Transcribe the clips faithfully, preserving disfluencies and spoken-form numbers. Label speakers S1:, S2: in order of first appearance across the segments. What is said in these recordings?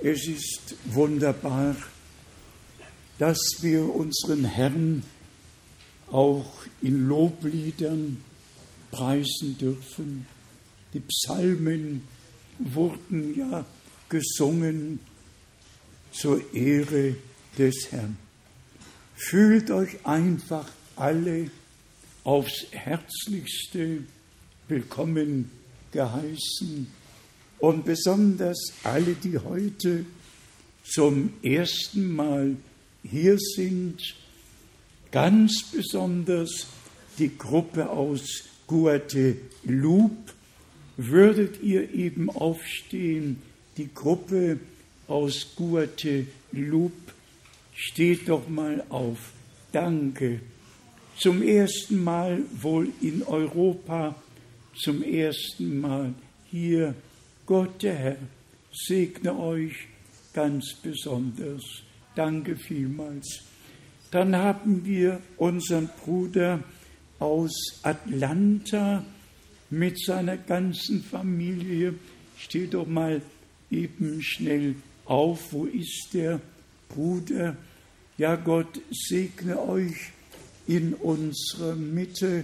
S1: Es ist wunderbar, dass wir unseren Herrn auch in Lobliedern preisen dürfen. Die Psalmen wurden ja gesungen zur Ehre des Herrn. Fühlt euch einfach alle aufs Herzlichste willkommen geheißen und besonders alle, die heute zum ersten Mal hier sind, ganz besonders die Gruppe aus Guadeloupe. Würdet ihr eben aufstehen, die Gruppe aus Guadeloupe, steht doch mal auf. Danke. Zum ersten Mal wohl in Europa, zum ersten Mal hier. Gott, der Herr, segne euch ganz besonders. Danke vielmals. Dann haben wir unseren Bruder aus Atlanta mit seiner ganzen Familie. Steht doch mal eben schnell auf. Wo ist der Bruder? Ja, Gott segne euch in unserer Mitte.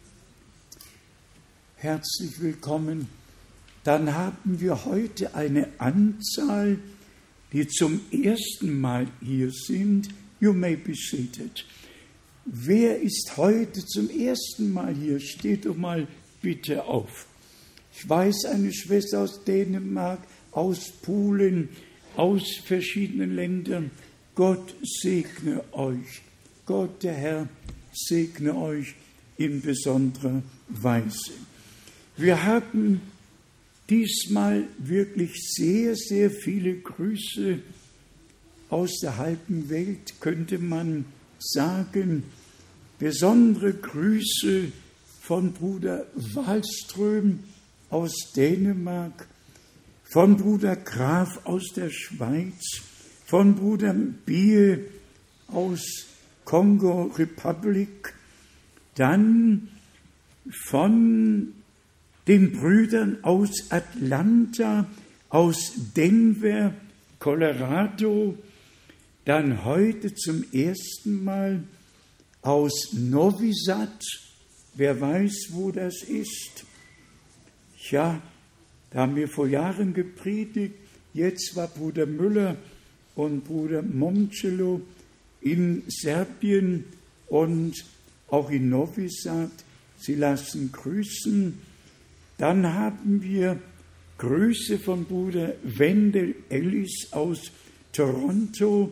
S1: Herzlich willkommen. Dann haben wir heute eine Anzahl, die zum ersten Mal hier sind. You may be seated. Wer ist heute zum ersten Mal hier? Steht doch mal bitte auf. Ich weiß, eine Schwester aus Dänemark, aus Polen, aus verschiedenen Ländern. Gott segne euch. Gott, der Herr, segne euch in besonderer Weise. Wir haben diesmal wirklich sehr, sehr viele Grüße aus der halben Welt, könnte man sagen. Besondere Grüße von Bruder Wallström aus Dänemark, von Bruder Graf aus der Schweiz, von Bruder Biel aus Kongo Republic, dann von den Brüdern aus Atlanta, aus Denver, Colorado, dann heute zum ersten Mal aus Novi Sad. Wer weiß, wo das ist? Ja, da haben wir vor Jahren gepredigt. Jetzt war Bruder Müller und Bruder Momcelo in Serbien und auch in Novi Sad. Sie lassen grüßen. Dann haben wir Grüße von Bruder Wendell Ellis aus Toronto.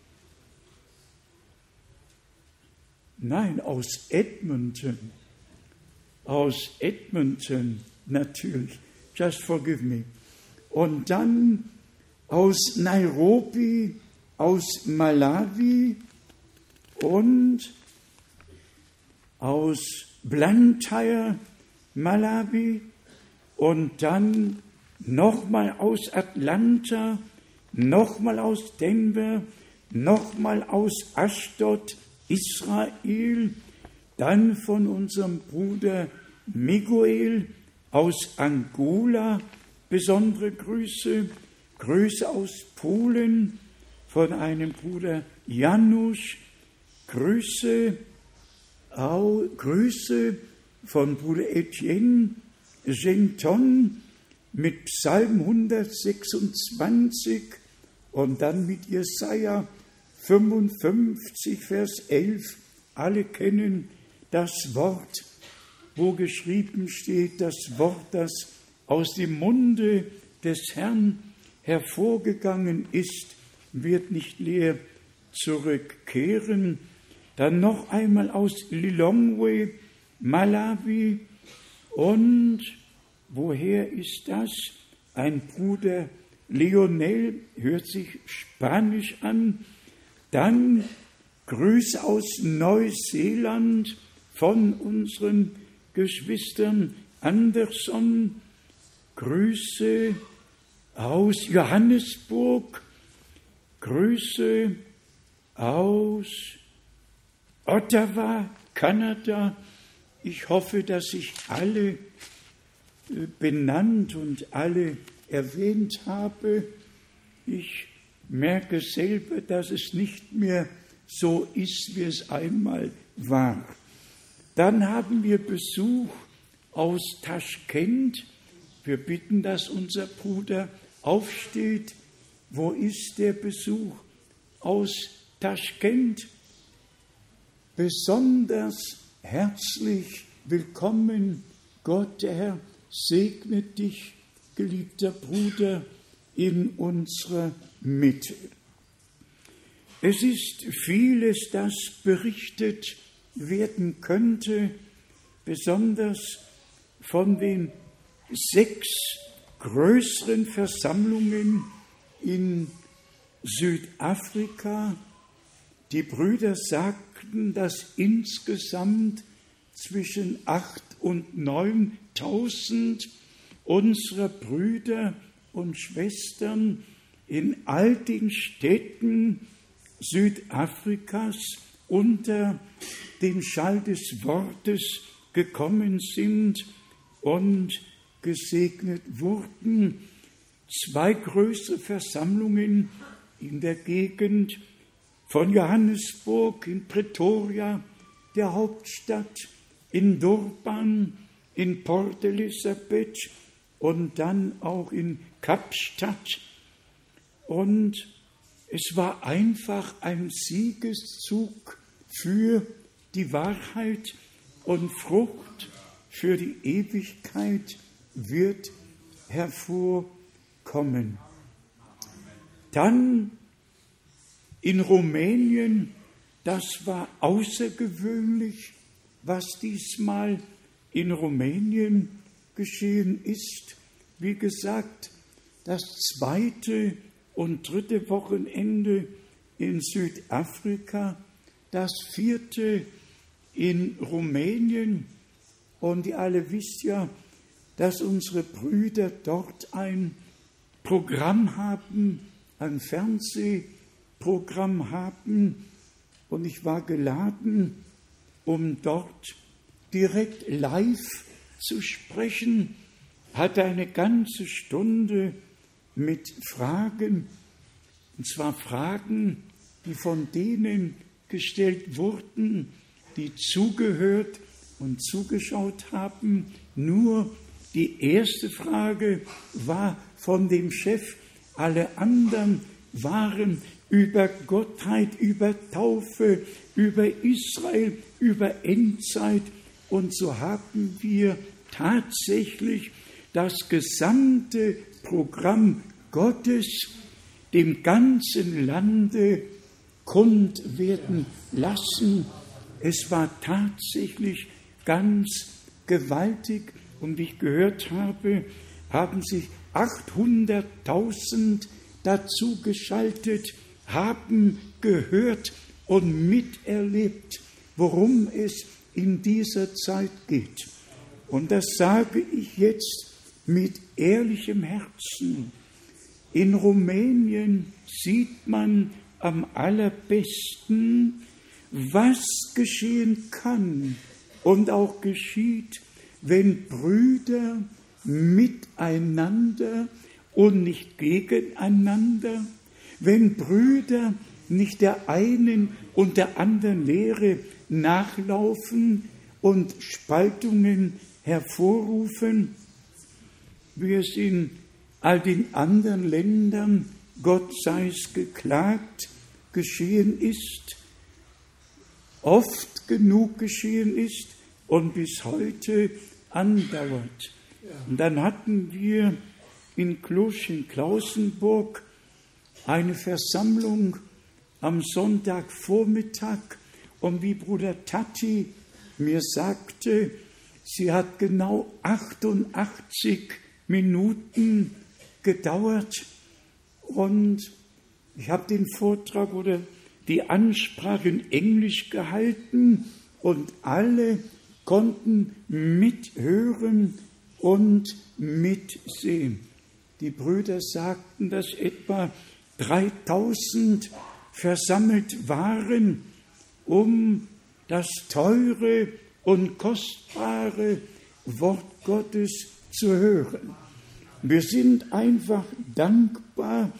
S1: Nein, aus Edmonton. Aus Edmonton, natürlich. Just forgive me. Und dann aus Nairobi, aus Malawi und aus Blantyre, Malawi. Und dann nochmal aus Atlanta, nochmal aus Denver, nochmal aus Ashdod, Israel, dann von unserem Bruder Miguel aus Angola, besondere Grüße, Grüße aus Polen von einem Bruder Janusz, Grüße, au, Grüße von Bruder Etienne Genton mit Psalm hundertsechsundzwanzig und dann mit Jesaja fünfundfünfzig, Vers elf. Alle kennen das Wort, wo geschrieben steht, das Wort, das aus dem Munde des Herrn hervorgegangen ist, wird nicht leer zurückkehren. Dann noch einmal aus Lilongwe, Malawi. Und woher ist das? Ein Bruder Lionel, hört sich Spanisch an. Dann Grüße aus Neuseeland von unseren Geschwistern Anderson. Grüße aus Johannesburg. Grüße aus Ottawa, Kanada. Ich hoffe, dass ich alle benannt und alle erwähnt habe. Ich merke selber, dass es nicht mehr so ist, wie es einmal war. Dann haben wir Besuch aus Taschkent. Wir bitten, dass unser Bruder aufsteht. Wo ist der Besuch aus Taschkent? Besonders herzlich willkommen. Gott, der Herr, segne dich, geliebter Bruder, in unserer Mitte. Es ist vieles, das berichtet werden könnte, besonders von den sechs größeren Versammlungen in Südafrika. Die Brüder sagten, dass insgesamt zwischen acht und neuntausend unserer Brüder und Schwestern in all den Städten Südafrikas unter den Schall des Wortes gekommen sind und gesegnet wurden. Zwei größere Versammlungen in der Gegend von Johannesburg, in Pretoria, der Hauptstadt, in Durban, in Port Elizabeth und dann auch in Kapstadt. Und es war einfach ein Siegeszug für die Wahrheit, und Frucht für die Ewigkeit wird hervorkommen. Dann in Rumänien, das war außergewöhnlich, was diesmal in Rumänien geschehen ist. Wie gesagt, das zweite und dritte Wochenende in Südafrika, das vierte in Rumänien. Und ihr alle wisst ja, dass unsere Brüder dort ein Programm haben, ein Fernsehprogramm haben. Und ich war geladen, um dort direkt live zu sprechen, hatte eine ganze Stunde mit Fragen, und zwar Fragen, die von denen gestellt wurden, die zugehört und zugeschaut haben. Nur die erste Frage war von dem Chef, alle anderen waren über Gottheit, über Taufe, über Israel, über Endzeit. Und so haben wir tatsächlich das gesamte Programm Gottes dem ganzen Lande kund werden lassen. Es war tatsächlich ganz gewaltig. Und wie ich gehört habe, haben sich achthunderttausend dazu geschaltet, haben gehört und miterlebt, worum es in dieser Zeit geht. Und das sage ich jetzt mit ehrlichem Herzen. In Rumänien sieht man am allerbesten, was geschehen kann und auch geschieht, wenn Brüder miteinander und nicht gegeneinander, wenn Brüder nicht der einen und der anderen Lehre nachlaufen und Spaltungen hervorrufen, wie es in all den anderen Ländern, Gott sei es geklagt, geschehen ist, oft genug geschehen ist und bis heute andauert. Und dann hatten wir in Klusch in Klausenburg eine Versammlung am Sonntagvormittag, und wie Bruder Tati mir sagte, sie hat genau achtundachtzig Minuten gedauert, und ich habe den Vortrag oder die Ansprache in Englisch gehalten und alle konnten mithören und mitsehen. Die Brüder sagten, dass etwa dreitausend versammelt waren, um das teure und kostbare Wort Gottes zu hören. Wir sind einfach dankbar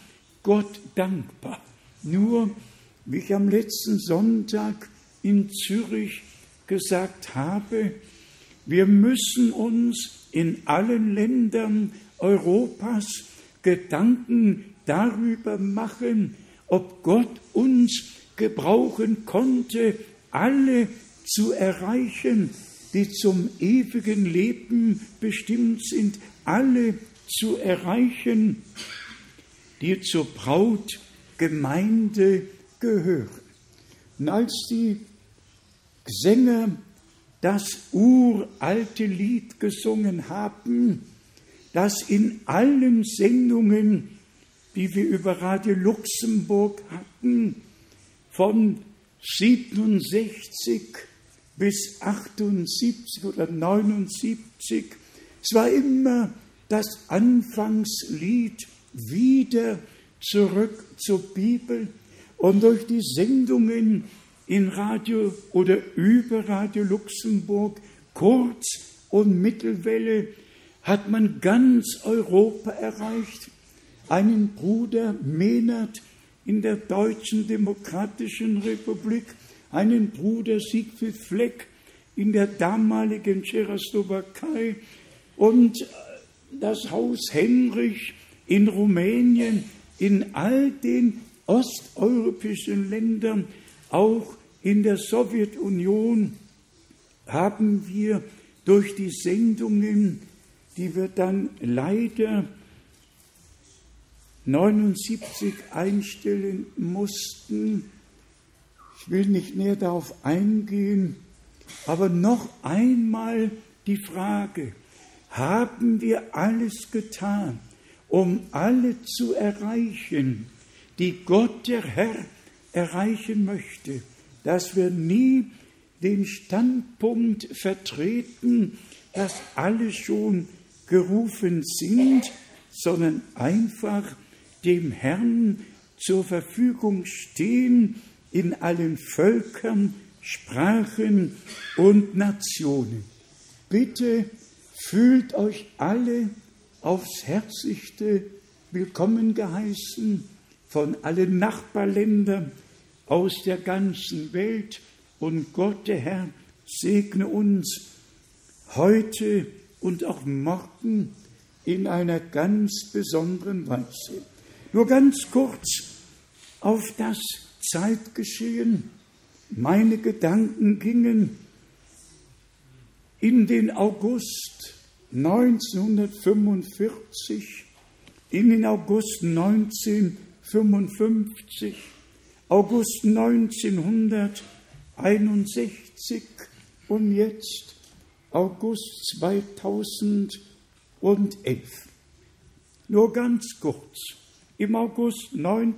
S1: Gott dankbar. Nur, wie ich am letzten Sonntag in Zürich gesagt habe, wir müssen uns in allen Ländern Europas Gedanken darüber machen, ob Gott uns gebrauchen konnte, alle zu erreichen, die zum ewigen Leben bestimmt sind, alle zu erreichen, die zur Brautgemeinde gehören. Und als die Sänger das uralte Lied gesungen haben, das in allen Sendungen, die wir über Radio Luxemburg hatten, von siebenundsechzig bis achtundsiebzig oder neunundsiebzig, es war immer das Anfangslied, wieder zurück zur Bibel, und durch die Sendungen in Radio oder über Radio Luxemburg, Kurz- und Mittelwelle, hat man ganz Europa erreicht. Einen Bruder Mehnert in der Deutschen Demokratischen Republik, einen Bruder Siegfried Fleck in der damaligen Tschechoslowakei und das Haus Henrich in Rumänien, in all den osteuropäischen Ländern, auch in der Sowjetunion, haben wir durch die Sendungen, die wir dann leider neunundsiebzig einstellen mussten, ich will nicht näher darauf eingehen, aber noch einmal die Frage, haben wir alles getan, um alle zu erreichen, die Gott der Herr erreichen möchte, dass wir nie den Standpunkt vertreten, dass alle schon gerufen sind, sondern einfach dem Herrn zur Verfügung stehen in allen Völkern, Sprachen und Nationen. Bitte fühlt euch alle aufs Herzlichste willkommen geheißen von allen Nachbarländern aus der ganzen Welt, und Gott, der Herr, segne uns heute und auch morgen in einer ganz besonderen Weise. Nur ganz kurz auf das Zeitgeschehen. Meine Gedanken gingen in den August neunzehnhundertfünfundvierzig, in den August neunzehnhundertfünfundfünfzig, August neunzehnhunderteinundsechzig und jetzt August zweitausendelf. Nur ganz kurz. Im August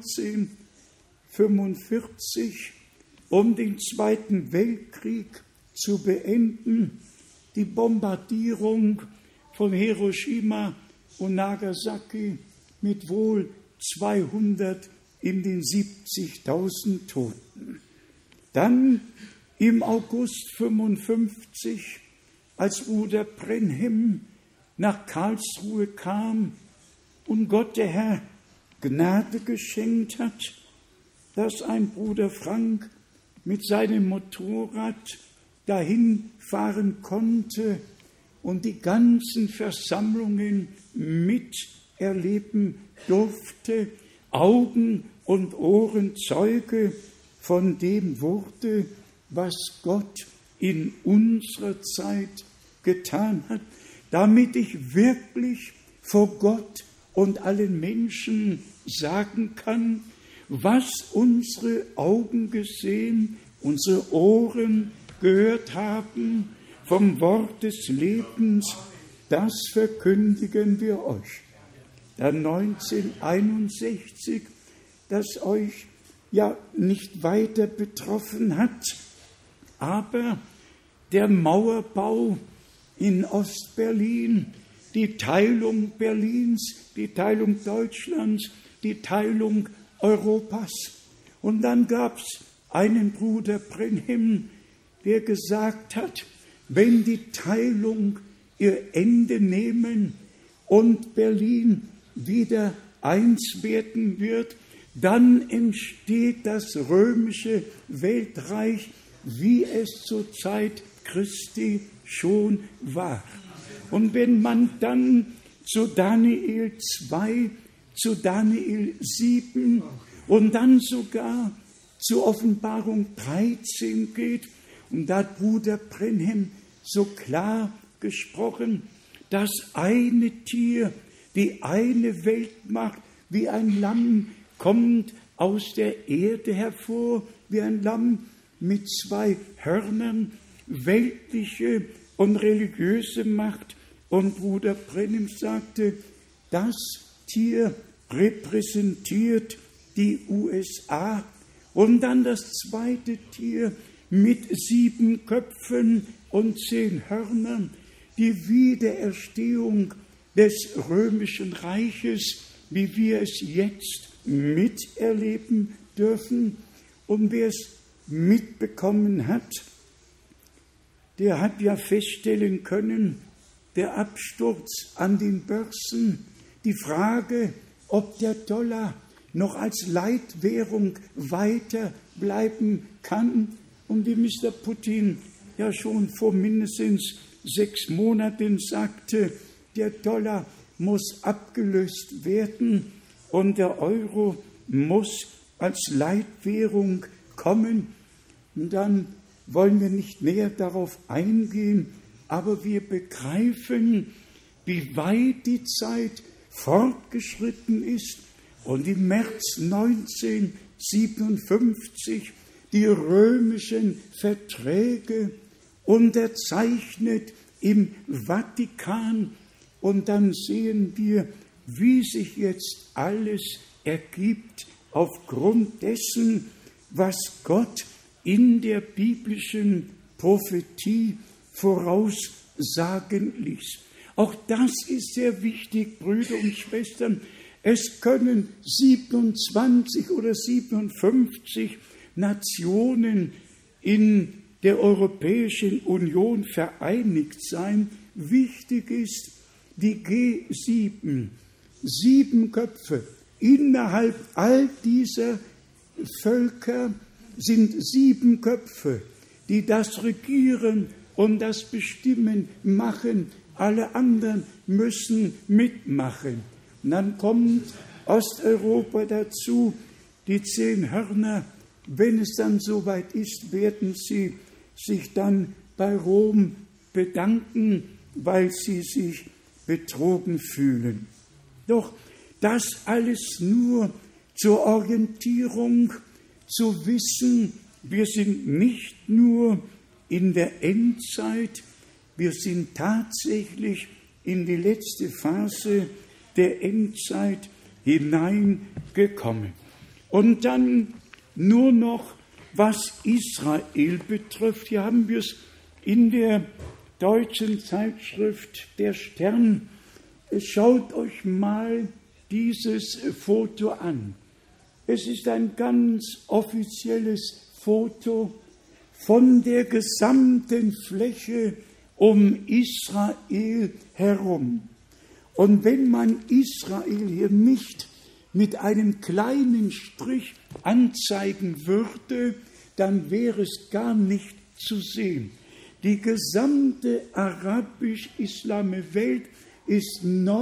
S1: neunzehnhundertfünfundvierzig, um den Zweiten Weltkrieg zu beenden, die Bombardierung von Hiroshima und Nagasaki mit wohl zweihundert in den siebzigtausend Toten. Dann im August fünfundfünfzig, als Bruder Brenhem nach Karlsruhe kam und Gott der Herr Gnade geschenkt hat, dass ein Bruder Frank mit seinem Motorrad dahin fahren konnte und die ganzen Versammlungen miterleben durfte, Augen und Ohren Zeuge von dem wurde, was Gott in unserer Zeit getan hat, damit ich wirklich vor Gott und allen Menschen sagen kann, was unsere Augen gesehen, unsere Ohren gehört haben vom Wort des Lebens, das verkündigen wir euch. Dann neunzehnhunderteinundsechzig, das euch ja nicht weiter betroffen hat, aber der Mauerbau in Ostberlin, die Teilung Berlins, die Teilung Deutschlands, die Teilung Europas. Und dann gab es einen Bruder Brenhem, der gesagt hat, wenn die Teilung ihr Ende nehmen und Berlin wieder eins werden wird, dann entsteht das römische Weltreich, wie es zur Zeit Christi schon war. Und wenn man dann zu Daniel zwei, zu Daniel sieben und dann sogar zur Offenbarung dreizehn geht, und da hat Bruder Brenhem so klar gesprochen, das eine Tier, die eine Weltmacht, wie ein Lamm, kommt aus der Erde hervor, wie ein Lamm mit zwei Hörnern, weltliche und religiöse Macht. Und Bruder Brenhem sagte, das Tier repräsentiert die U S A. Und dann das zweite Tier mit sieben Köpfen und zehn Hörnern, die Wiedererstehung des römischen Reiches, wie wir es jetzt miterleben dürfen. Und wer es mitbekommen hat, der hat ja feststellen können, der Absturz an den Börsen, die Frage, ob der Dollar noch als Leitwährung weiter bleiben kann. Und wie Mister Putin ja schon vor mindestens sechs Monaten sagte, der Dollar muss abgelöst werden und der Euro muss als Leitwährung kommen. Und dann wollen wir nicht näher darauf eingehen, aber wir begreifen, wie weit die Zeit fortgeschritten ist und im März neunzehnhundertsiebenundfünfzig die römischen Verträge unterzeichnet im Vatikan. Und dann sehen wir, wie sich jetzt alles ergibt aufgrund dessen, was Gott in der biblischen Prophetie voraussagen ließ. Auch das ist sehr wichtig, Brüder und Schwestern. Es können siebenundzwanzig oder siebenundfünfzig Nationen in der Europäischen Union vereinigt sein. Wichtig ist, die G sieben, sieben Köpfe innerhalb all dieser Völker sind sieben Köpfe, die das Regieren und das Bestimmen machen. Alle anderen müssen mitmachen. Und dann kommt Osteuropa dazu, die zehn Hörner. Wenn es dann soweit ist, werden sie sich dann bei Rom bedanken, weil sie sich betrogen fühlen. Doch das alles nur zur Orientierung, zu wissen, wir sind nicht nur in der Endzeit, wir sind tatsächlich in die letzte Phase der Endzeit hineingekommen. Und dann nur noch, was Israel betrifft. Hier haben wir es in der deutschen Zeitschrift Der Stern. Schaut euch mal dieses Foto an. Es ist ein ganz offizielles Foto von der gesamten Fläche um Israel herum. Und wenn man Israel hier nicht mit einem kleinen Strich anzeigen würde, dann wäre es gar nicht zu sehen. Die gesamte arabisch-islamische Welt ist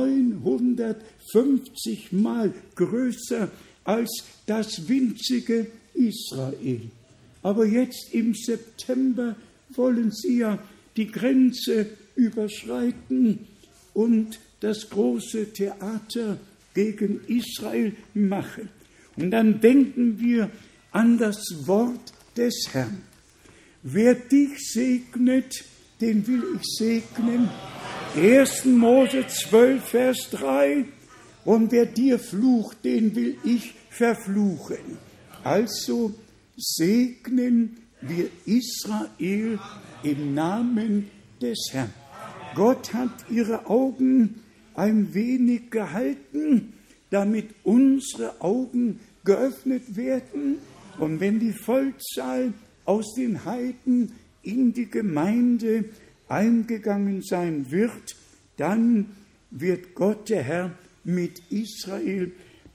S1: neunhundertfünfzig Mal größer als das winzige Israel. Aber jetzt im September wollen sie ja die Grenze überschreiten und das große Theater gegen Israel machen. Und dann denken wir an das Wort des Herrn. Wer dich segnet, den will ich segnen. erster Mose zwölf, Vers drei. Und wer dir flucht, den will ich verfluchen. Also segnen wir Israel im Namen des Herrn. Gott hat ihre Augen ein wenig gehalten, damit unsere Augen geöffnet werden. Und wenn die Vollzahl aus den Heiden in die Gemeinde eingegangen sein wird, dann wird Gott, der Herr, mit Israel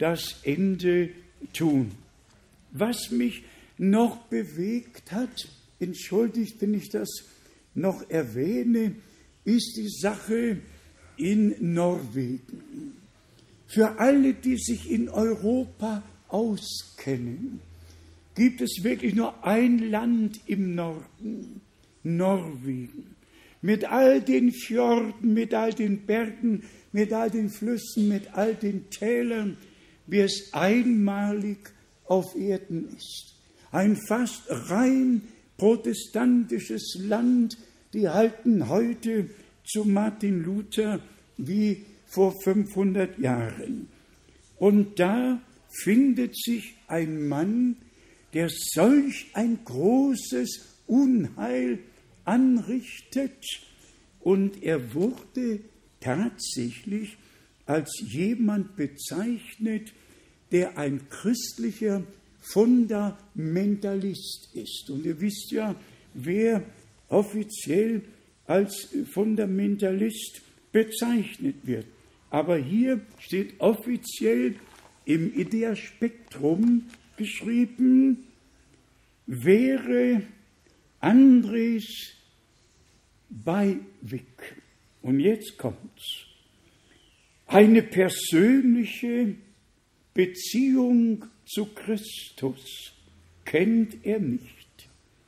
S1: das Ende tun. Was mich noch bewegt hat, entschuldigt, wenn ich das noch erwähne, ist die Sache in Norwegen. Für alle, die sich in Europa auskennen, gibt es wirklich nur ein Land im Norden, Norwegen. Mit all den Fjorden, mit all den Bergen, mit all den Flüssen, mit all den Tälern, wie es einmalig auf Erden ist. Ein fast rein protestantisches Land, die halten heute zu Martin Luther wie vor fünfhundert Jahren. Und da findet sich ein Mann, der solch ein großes Unheil anrichtet, und er wurde tatsächlich als jemand bezeichnet, der ein christlicher Fundamentalist ist. Und ihr wisst ja, wer offiziell als Fundamentalist bezeichnet wird. Aber hier steht offiziell im Idea-Spektrum geschrieben, wäre Andres Breivik. Und jetzt kommt's. Eine persönliche Beziehung zu Christus kennt er nicht.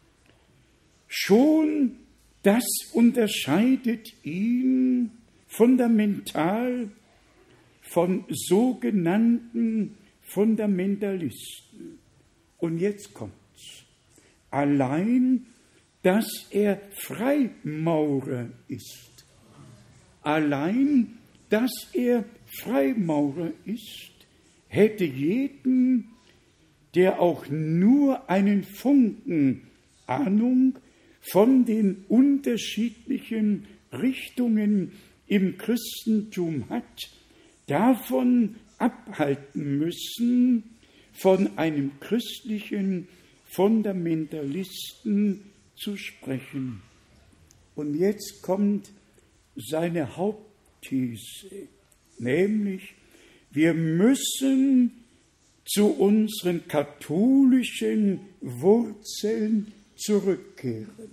S1: Schon das unterscheidet ihn fundamental von sogenannten Fundamentalisten. Und jetzt kommt's. Allein, dass er Freimaurer ist. Allein, dass er Freimaurer ist, hätte jeden, der auch nur einen Funken Ahnung von den unterschiedlichen Richtungen im Christentum hat, davon abhalten müssen, von einem christlichen Fundamentalisten zu sprechen. Und jetzt kommt seine Hauptthese, nämlich, wir müssen zu unseren katholischen Wurzeln zurückkehren.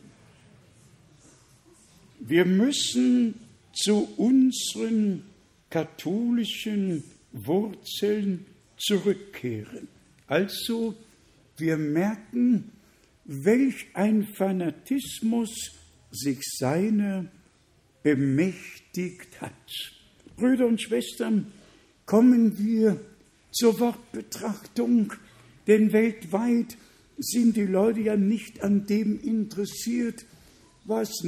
S1: Wir müssen zu unseren katholischen Wurzeln zurückkehren. Also, wir merken, welch ein Fanatismus sich seiner bemächtigt hat. Brüder und Schwestern, kommen wir zur Wortbetrachtung, denn weltweit sind die Leute ja nicht an dem interessiert, was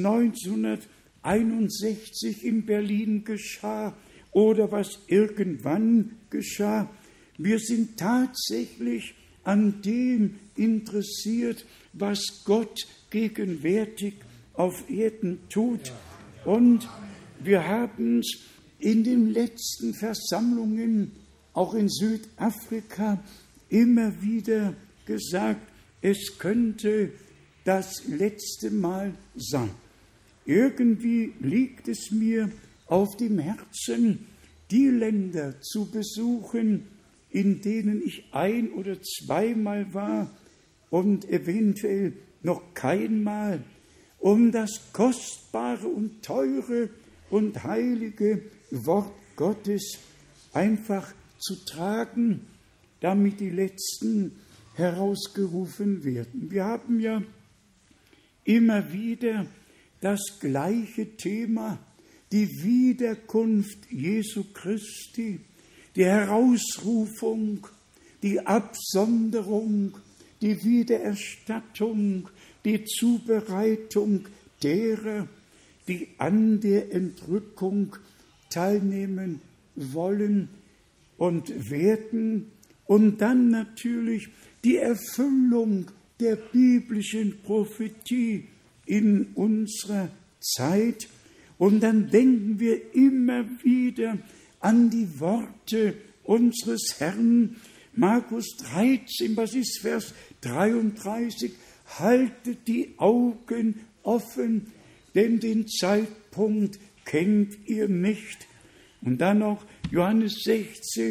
S1: neunzehnhunderteinundsechzig in Berlin geschah oder was irgendwann geschah. Wir sind tatsächlich an dem interessiert, was Gott gegenwärtig auf Erden tut. Und wir haben es in den letzten Versammlungen, auch in Südafrika, immer wieder gesagt, es könnte das letzte Mal sein. Irgendwie liegt es mir auf dem Herzen, die Länder zu besuchen, in denen ich ein- oder zweimal war und eventuell noch keinmal, um das kostbare und teure und heilige Wort Gottes einfach zu tragen, damit die Letzten herausgerufen werden. Wir haben ja immer wieder das gleiche Thema, die Wiederkunft Jesu Christi, die Herausrufung, die Absonderung, die Wiedererstattung, die Zubereitung derer, die an der Entrückung teilnehmen wollen und werden, und dann natürlich die Erfüllung der biblischen Prophetie in unserer Zeit. Und dann denken wir immer wieder an die Worte unseres Herrn, Markus dreizehn, was ist Vers dreiunddreißig, haltet die Augen offen, denn den Zeitpunkt kennt ihr nicht. Und dann noch Johannes sechzehn,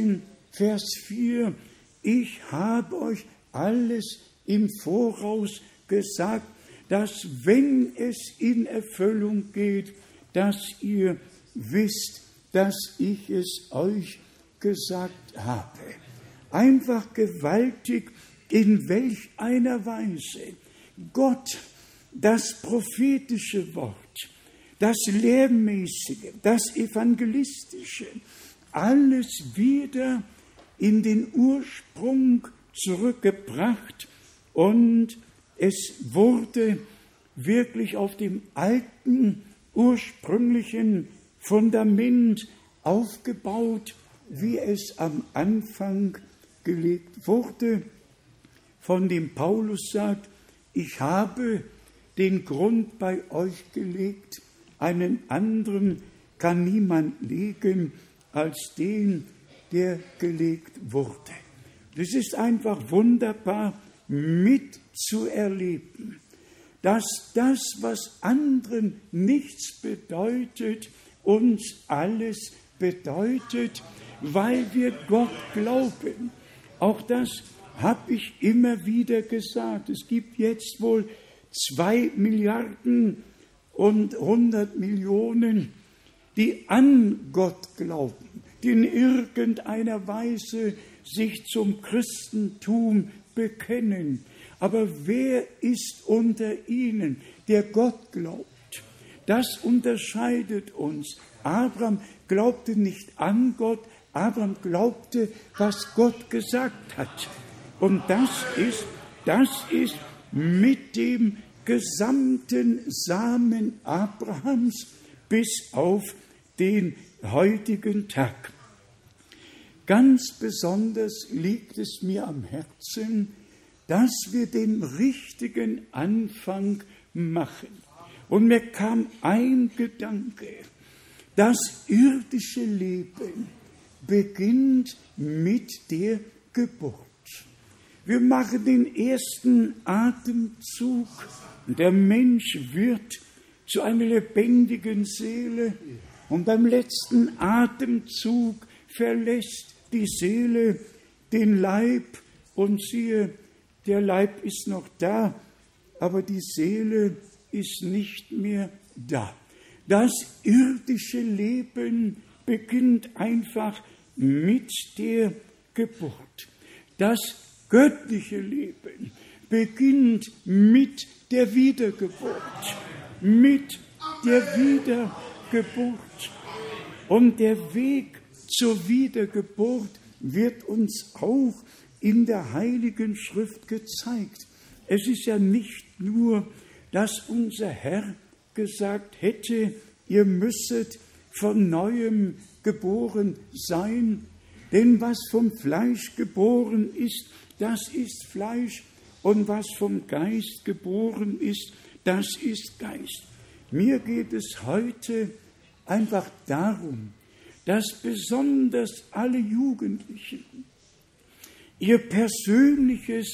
S1: Vers vier, ich habe euch alles im Voraus gesagt, dass wenn es in Erfüllung geht, dass ihr wisst, dass ich es euch gesagt habe. Einfach gewaltig, in welch einer Weise Gott das prophetische Wort, das lehrmäßige, das evangelistische, alles wieder in den Ursprung zurückgebracht und es wurde wirklich auf dem alten, ursprünglichen Fundament aufgebaut, wie es am Anfang gelegt wurde, von dem Paulus sagt, ich habe den Grund bei euch gelegt, einen anderen kann niemand legen als den, der gelegt wurde. Das ist einfach wunderbar mitzuerleben, dass das, was anderen nichts bedeutet, uns alles bedeutet, weil wir Gott glauben. Auch das habe ich immer wieder gesagt. Es gibt jetzt wohl zwei Milliarden und hundert Millionen, die an Gott glauben, die in irgendeiner Weise sich zum Christentum bekennen. Aber wer ist unter ihnen, der Gott glaubt? Das unterscheidet uns. Abraham glaubte nicht an Gott, Abraham glaubte, was Gott gesagt hat. Und das ist, das ist mit dem gesamten Samen Abrahams bis auf den heutigen Tag. Ganz besonders liegt es mir am Herzen, dass wir den richtigen Anfang machen. Und mir kam ein Gedanke, das irdische Leben beginnt mit der Geburt. Wir machen den ersten Atemzug und der Mensch wird zu einer lebendigen Seele und beim letzten Atemzug verlässt die Seele den Leib und siehe, der Leib ist noch da, aber die Seele ist nicht mehr da. Das irdische Leben beginnt einfach mit der Geburt. Das göttliche Leben beginnt mit der Wiedergeburt, mit der Wiedergeburt. Und der Weg zur Wiedergeburt wird uns auch in der Heiligen Schrift gezeigt. Es ist ja nicht nur, dass unser Herr gesagt hätte, ihr müsset von Neuem geboren sein, denn was vom Fleisch geboren ist, das ist Fleisch, und was vom Geist geboren ist, das ist Geist. Mir geht es heute einfach darum, dass besonders alle Jugendlichen ihr persönliches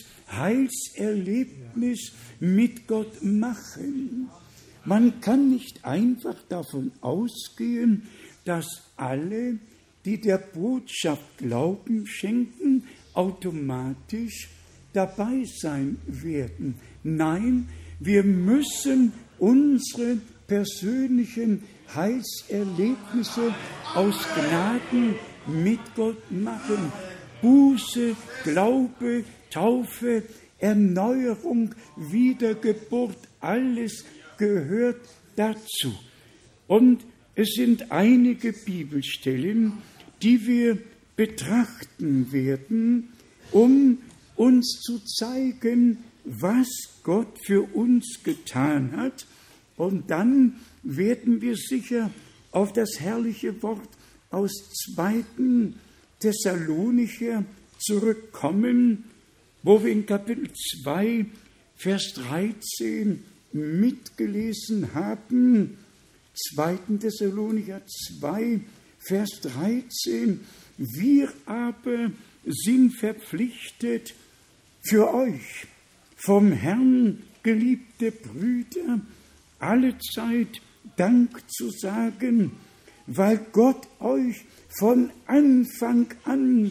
S1: Heilserlebnis mit Gott machen. Man kann nicht einfach davon ausgehen, dass alle, die der Botschaft Glauben schenken, automatisch dabei sein werden. Nein, wir müssen unsere persönlichen Heilserlebnisse aus Gnaden mit Gott machen. Buße, Glaube, Taufe, Erneuerung, Wiedergeburt, alles gehört dazu. Und es sind einige Bibelstellen, die wir betrachten werden, um uns zu zeigen, was Gott für uns getan hat. Und dann werden wir sicher auf das herrliche Wort aus zweiten Thessalonicher zurückkommen, wo wir in Kapitel zwei, Vers dreizehn mitgelesen haben. zweiten Thessalonicher zwei, Vers dreizehn. Wir aber sind verpflichtet, für euch, vom Herrn geliebte Brüder, allezeit Dank zu sagen, weil Gott euch von Anfang an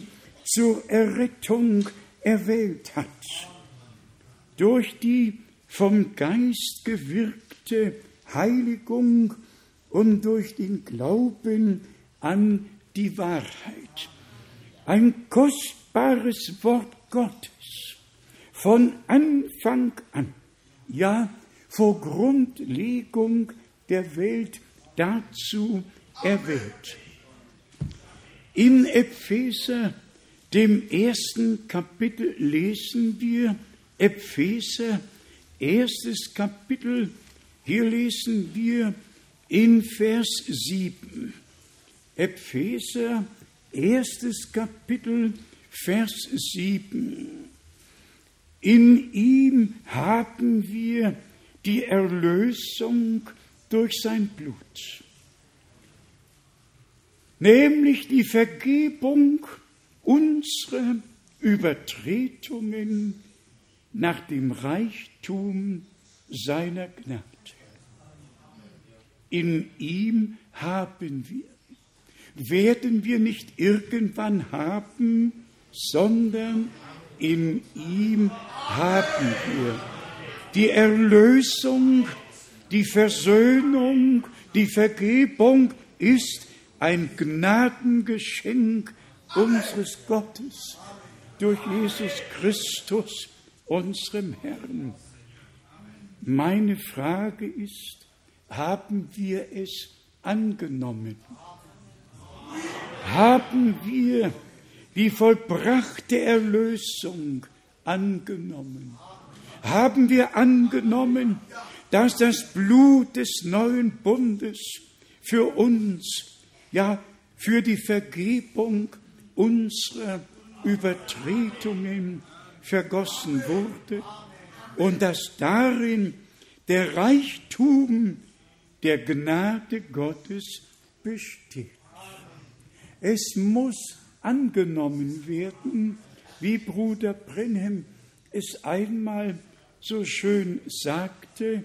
S1: zur Errettung erwählt hat. Durch die vom Geist gewirkte Heiligung und durch den Glauben an die Wahrheit. Ein kostbares Wort Gottes von Anfang an, ja, vor Grundlegung der Welt dazu erwählt. In Epheser, dem ersten Kapitel, lesen wir, Epheser, erstes Kapitel, hier lesen wir in Vers sieben. Epheser, erstes Kapitel, Vers sieben. In ihm haben wir die Erlösung durch sein Blut, nämlich die Vergebung unserer Übertretungen nach dem Reichtum seiner Gnade. In ihm haben wir, werden wir nicht irgendwann haben, sondern in ihm haben wir die Erlösung, die Versöhnung, die Vergebung ist ein Gnadengeschenk unseres Gottes durch Jesus Christus, unserem Herrn. Meine Frage ist, haben wir es angenommen? Haben wir die vollbrachte Erlösung angenommen? Haben wir angenommen, dass das Blut des neuen Bundes für uns, ja, für die Vergebung unserer Übertretungen vergossen wurde und dass darin der Reichtum der Gnade Gottes besteht? Es muss angenommen werden, wie Bruder Branham es einmal so schön sagte,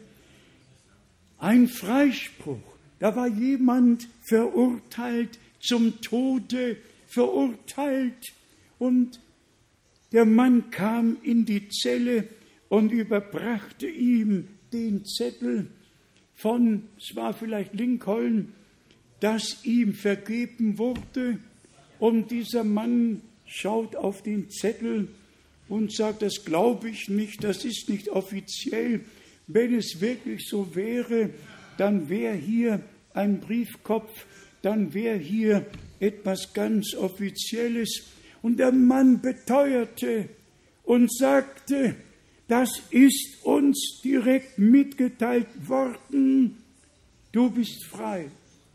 S1: ein Freispruch. Da war jemand verurteilt, zum Tode verurteilt, und der Mann kam in die Zelle und überbrachte ihm den Zettel von, es war vielleicht Lincoln, dass ihm vergeben wurde, und dieser Mann schaut auf den Zettel und sagt, das glaube ich nicht, das ist nicht offiziell. Wenn es wirklich so wäre, dann wäre hier ein Briefkopf, dann wäre hier etwas ganz Offizielles. Und der Mann beteuerte und sagte, das ist uns direkt mitgeteilt worden, du bist frei.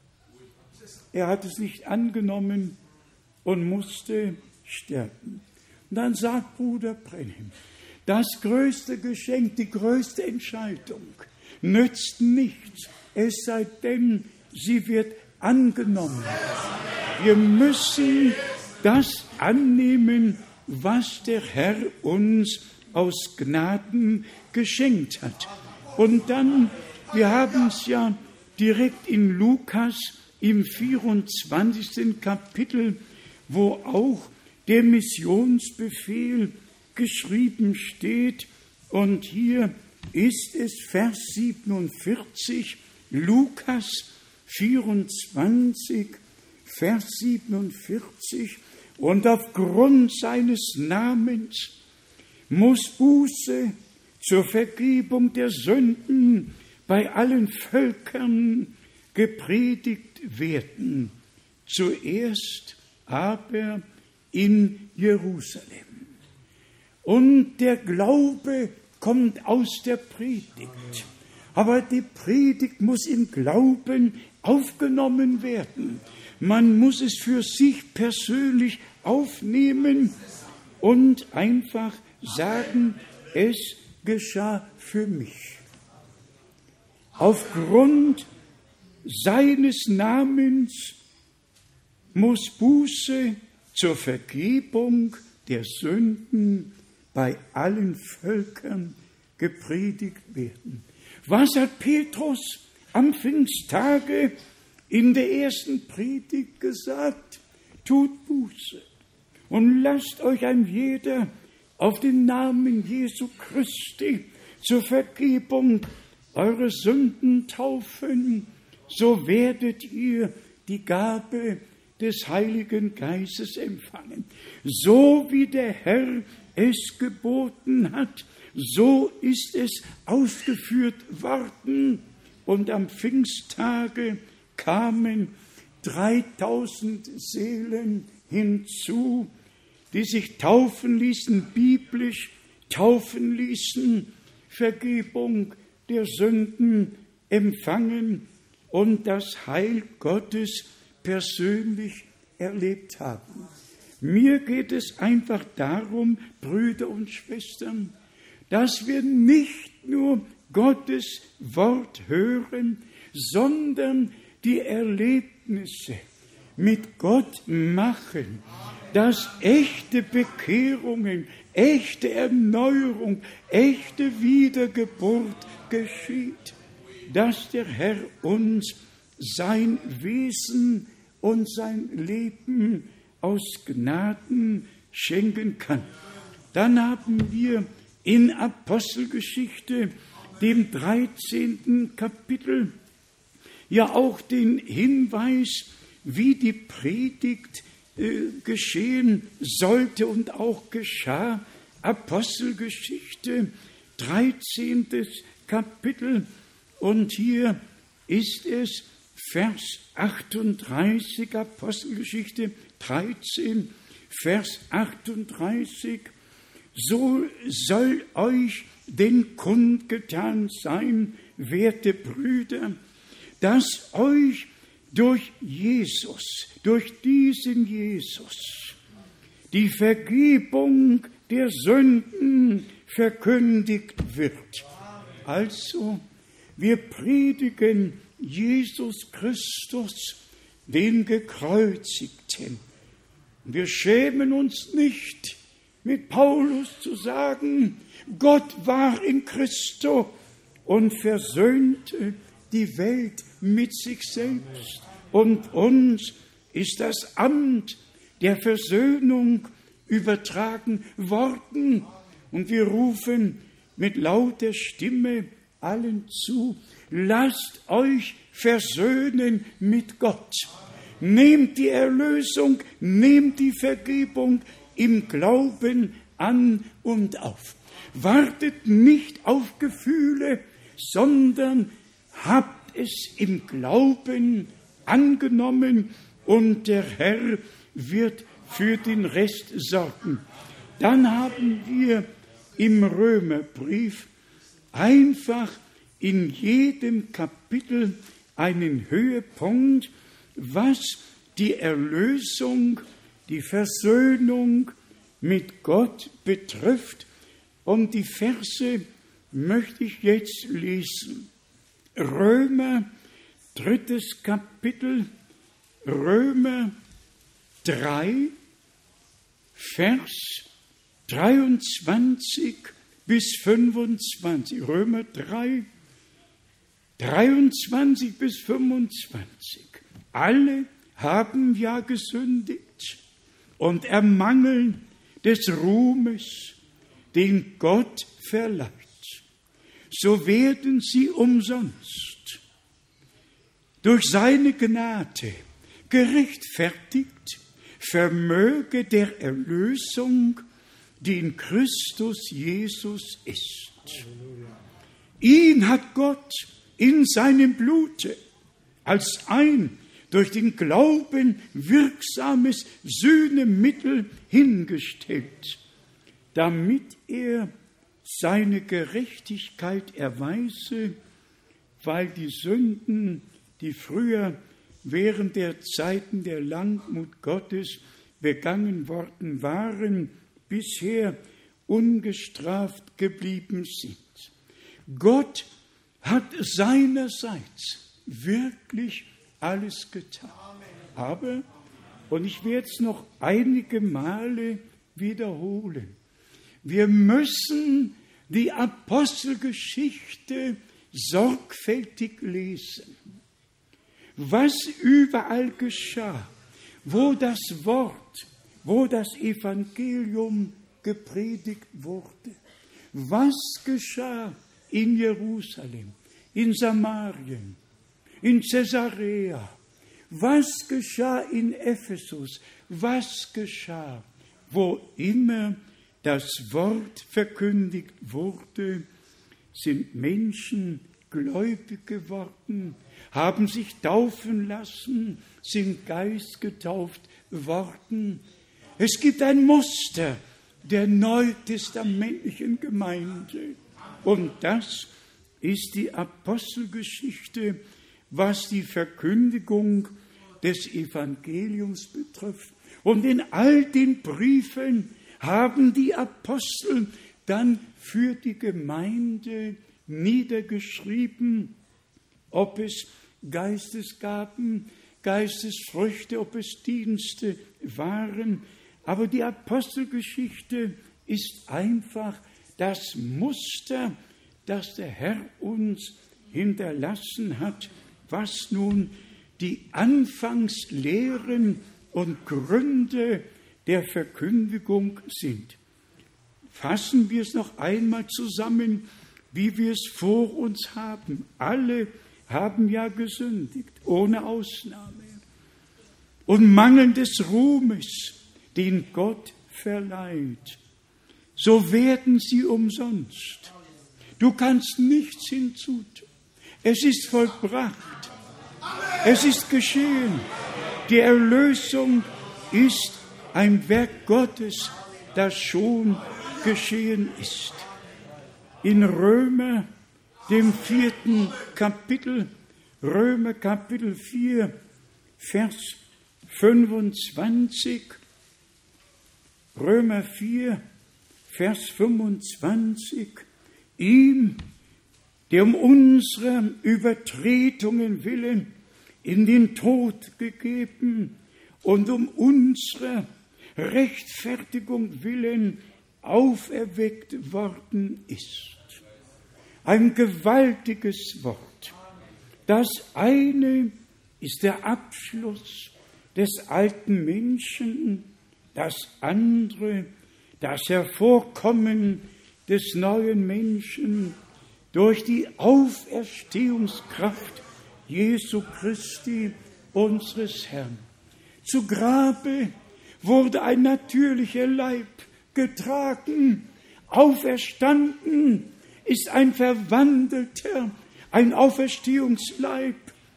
S1: Er hat es nicht angenommen und musste sterben. Und dann sagt Bruder Branham, das größte Geschenk, die größte Entscheidung nützt nichts, es sei denn, sie wird angenommen. Wir müssen das annehmen, was der Herr uns aus Gnaden geschenkt hat. Und dann, wir haben es ja direkt in Lukas im vierundzwanzigsten Kapitel, wo auch der Missionsbefehl geschrieben steht. Und hier ist es Vers siebenundvierzig, Lukas vierundzwanzig, Vers siebenundvierzig. Und aufgrund seines Namens muss Buße zur Vergebung der Sünden bei allen Völkern gepredigt werden. Zuerst aber in Jerusalem. Und der Glaube kommt aus der Predigt. Aber die Predigt muss im Glauben aufgenommen werden. Man muss es für sich persönlich aufnehmen und einfach sagen, es geschah für mich. Aufgrund seines Namens muss Buße zur Vergebung der Sünden bei allen Völkern gepredigt werden. Was hat Petrus am Pfingsttage in der ersten Predigt gesagt? Tut Buße und lasst euch ein jeder auf den Namen Jesu Christi zur Vergebung eurer Sünden taufen, so werdet ihr die Gabe des Heiligen Geistes empfangen. So wie der Herr es geboten hat, so ist es ausgeführt worden. Und am Pfingsttage kamen dreitausend Seelen hinzu, die sich taufen ließen, biblisch taufen ließen, Vergebung der Sünden empfangen und das Heil Gottes persönlich erlebt haben. Mir geht es einfach darum, Brüder und Schwestern, dass wir nicht nur Gottes Wort hören, sondern die Erlebnisse mit Gott machen, dass echte Bekehrungen, echte Erneuerung, echte Wiedergeburt geschieht, dass der Herr uns sein Wesen und sein Leben aus Gnaden schenken kann. Dann haben wir in Apostelgeschichte, dem dreizehnten Kapitel, ja auch den Hinweis, wie die Predigt äh, geschehen sollte und auch geschah. Apostelgeschichte, dreizehntes Kapitel, und hier ist es Vers achtunddreißig, Apostelgeschichte dreizehn, Vers achtunddreißig. So soll euch denn kundgetan sein, werte Brüder, dass euch durch Jesus, durch diesen Jesus, die Vergebung der Sünden verkündigt wird. Also, wir predigen Jesus Christus, den Gekreuzigten. Wir schämen uns nicht, mit Paulus zu sagen, Gott war in Christo und versöhnte die Welt mit sich selbst. Und uns ist das Amt der Versöhnung übertragen worden. Und wir rufen mit lauter Stimme allen zu, lasst euch versöhnen mit Gott. Nehmt die Erlösung, nehmt die Vergebung im Glauben an und auf. Wartet nicht auf Gefühle, sondern habt es im Glauben angenommen und der Herr wird für den Rest sorgen. Dann haben wir im Römerbrief einfach in jedem Kapitel einen Höhepunkt, was die Erlösung, die Versöhnung mit Gott betrifft. Und die Verse möchte ich jetzt lesen. Römer, drittes Kapitel, Römer drei, Vers dreiundzwanzig bis fünfundzwanzig. Römer drei, dreiundzwanzig bis fünfundzwanzig. Alle haben ja gesündigt und ermangeln des Ruhmes, den Gott verleiht. So werden sie umsonst durch seine Gnade gerechtfertigt, vermöge der Erlösung, die in Christus Jesus ist. Ihn hat Gott in seinem Blute als ein durch den Glauben wirksames Sühnemittel hingestellt, damit er seine Gerechtigkeit erweise, weil die Sünden, die früher während der Zeiten der Langmut Gottes begangen worden waren, bisher ungestraft geblieben sind. Gott hat seinerseits wirklich alles getan. Aber, und ich werde es noch einige Male wiederholen, wir müssen die Apostelgeschichte sorgfältig lesen. Was überall geschah, wo das Wort, wo das Evangelium gepredigt wurde. Was geschah in Jerusalem, in Samarien, in Caesarea? Was geschah in Ephesus? Was geschah, wo immer das Wort verkündigt wurde? Sind Menschen gläubig geworden, haben sich taufen lassen, sind geistgetauft worden. Es gibt ein Muster der neutestamentlichen Gemeinde. Und das ist die Apostelgeschichte, was die Verkündigung des Evangeliums betrifft. Und in all den Briefen haben die Apostel dann für die Gemeinde niedergeschrieben, ob es Geistesgaben, Geistesfrüchte, ob es Dienste waren. Aber die Apostelgeschichte ist einfach das Muster, das der Herr uns hinterlassen hat, was nun die Anfangslehren und Gründe der Verkündigung sind. Fassen wir es noch einmal zusammen, wie wir es vor uns haben. Alle haben ja gesündigt, ohne Ausnahme. Und Mangel des Ruhmes, den Gott verleiht, so werden sie umsonst. Du kannst nichts hinzutun. Es ist vollbracht. Es ist geschehen. Die Erlösung ist ein Werk Gottes, das schon geschehen ist. In Römer, dem vierten Kapitel, Römer Kapitel vier, Vers fünfundzwanzig, Römer vier, Vers fünfundzwanzig, ihm, der um unsere Übertretungen willen in den Tod gegeben und um unsere Rechtfertigung willen auferweckt worden ist. Ein gewaltiges Wort. Das eine ist der Abschluss des alten Menschen, das andere das Hervorkommen des neuen Menschen durch die Auferstehungskraft Jesu Christi, unseres Herrn. Zu Grabe wurde ein natürlicher Leib getragen, auferstanden ist ein verwandelter, ein Auferstehungsleib.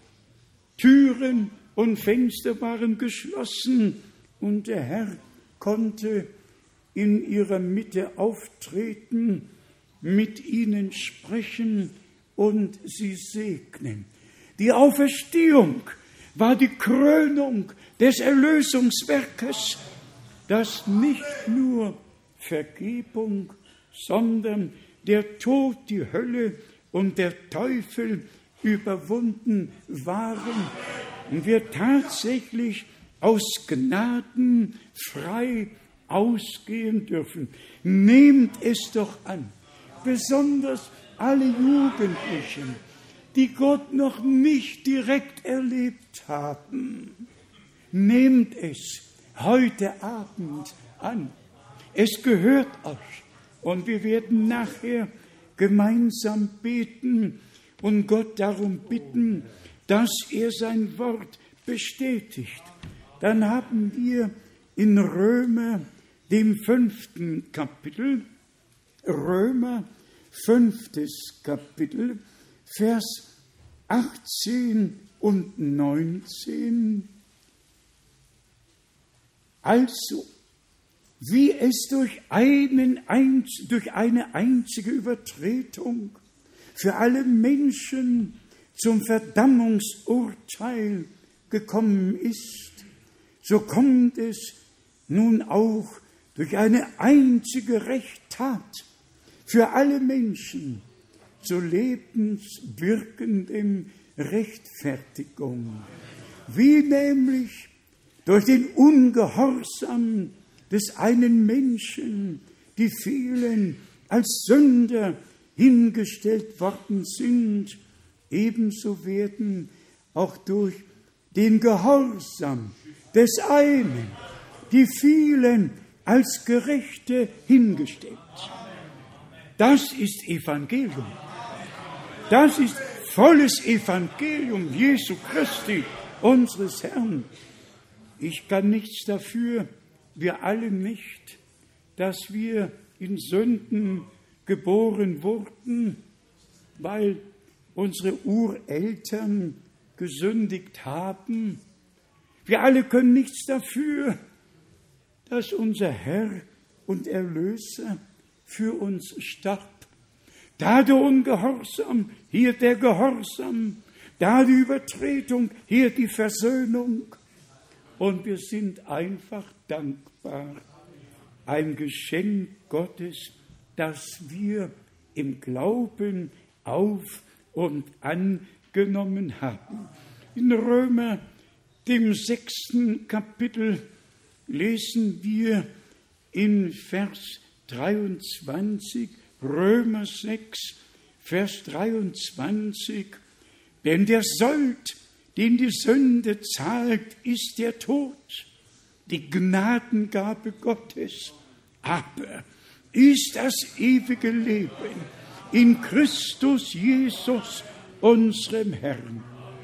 S1: Türen und Fenster waren geschlossen und der Herr konnte in ihrer Mitte auftreten, mit ihnen sprechen und sie segnen. Die Auferstehung war die Krönung des Erlösungswerkes, das nicht nur Vergebung, sondern der Tod, die Hölle und der Teufel überwunden waren und wir tatsächlich aus Gnaden frei ausgehen dürfen. Nehmt es doch an, besonders alle Jugendlichen, die Gott noch nicht direkt erlebt haben. Nehmt es heute Abend an. Es gehört euch. Und wir werden nachher gemeinsam beten und Gott darum bitten, dass er sein Wort bestätigt. Dann haben wir in Römer, dem fünften Kapitel, Römer, fünftes Kapitel, Vers achtzehn und neunzehn. Also, wie es durch, einen, durch eine einzige Übertretung für alle Menschen zum Verdammungsurteil gekommen ist, so kommt es nun auch durch eine einzige Rechttat für alle Menschen zur lebenswirkenden Rechtfertigung, wie nämlich durch den Ungehorsam des einen Menschen die vielen als Sünder hingestellt worden sind, ebenso werden auch durch den Gehorsam des einen die vielen als Gerechte hingestellt. Das ist Evangelium. Das ist volles Evangelium Jesu Christi, unseres Herrn. Ich kann nichts dafür, wir alle nicht, dass wir in Sünden geboren wurden, weil unsere Ureltern gesündigt haben. Wir alle können nichts dafür, dass unser Herr und Erlöser für uns starb. Da der Ungehorsam, hier der Gehorsam, da die Übertretung, hier die Versöhnung. Und wir sind einfach dankbar. Ein Geschenk Gottes, das wir im Glauben auf und angenommen haben. In Römer, dem sechsten Kapitel, lesen wir in Vers dreiundzwanzig, Römer sechs, Vers dreiundzwanzig, denn der Sold, den die Sünde zahlt, ist der Tod, die Gnadengabe Gottes, aber ist das ewige Leben in Christus Jesus, unserem Herrn.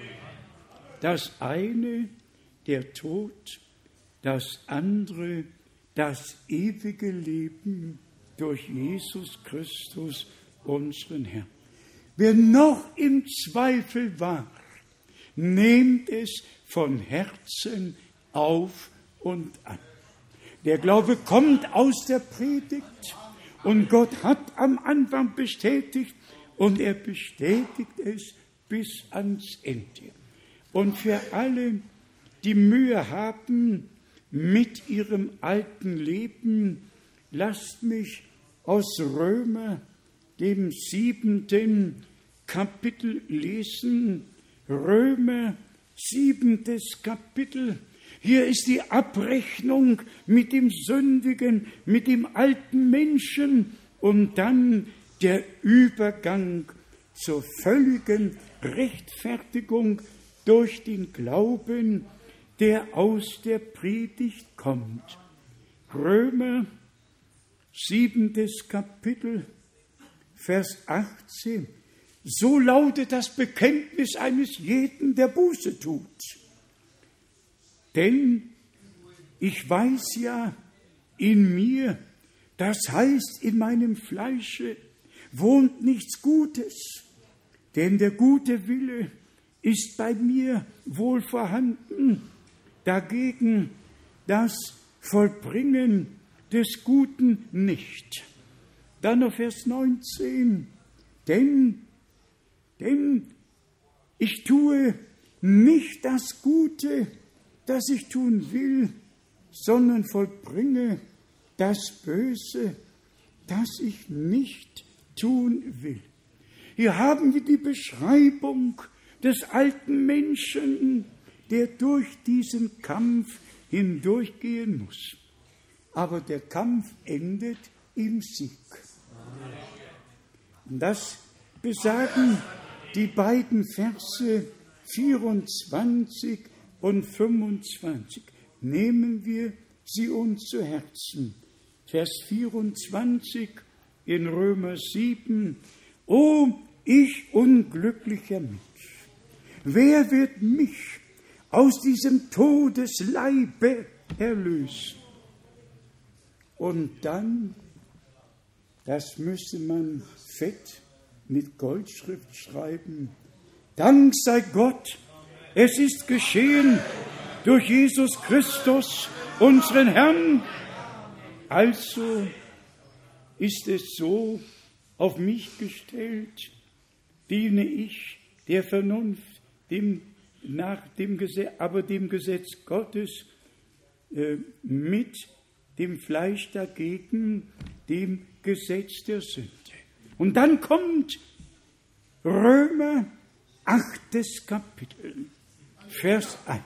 S1: Das eine, der Tod, das andere, das ewige Leben durch Jesus Christus, unseren Herrn. Wer noch im Zweifel war, nehmt es von Herzen auf und an. Der Glaube kommt aus der Predigt und Gott hat am Anfang bestätigt und er bestätigt es bis ans Ende. Und für alle, die Mühe haben mit ihrem alten Leben, lasst mich aus Römer, dem siebenten Kapitel lesen. Römer, siebentes Kapitel. Hier ist die Abrechnung mit dem Sündigen, mit dem alten Menschen und dann der Übergang zur völligen Rechtfertigung durch den Glauben, der aus der Predigt kommt. Römer, siebentes Kapitel, Vers achtzehn. So lautet das Bekenntnis eines jeden, der Buße tut. Denn ich weiß ja in mir, das heißt in meinem Fleische, wohnt nichts Gutes, denn der gute Wille ist bei mir wohl vorhanden, dagegen das Vollbringen des Guten nicht. Dann noch Vers neunzehn, denn, denn ich tue nicht das Gute, das ich tun will, sondern vollbringe das Böse, das ich nicht tun will. Hier haben wir die Beschreibung des alten Menschen, der durch diesen Kampf hindurchgehen muss. Aber der Kampf endet im Sieg. Und das besagen die beiden Verse vierundzwanzig und fünfundzwanzig. Nehmen wir sie uns zu Herzen. Vers vierundzwanzig in Römer sieben. O ich unglücklicher Mensch, wer wird mich aus diesem Todesleibe erlösen? Und dann, das müsste man fett mit Goldschrift schreiben, Dank sei Gott, es ist geschehen durch Jesus Christus, unseren Herrn. Also ist es so auf mich gestellt, diene ich der Vernunft, dem, nach dem Gesetz, aber dem Gesetz Gottes äh, mit dem Fleisch dagegen, dem Gesetz der Sünde. Und dann kommt Römer, achtes Kapitel, Vers eins.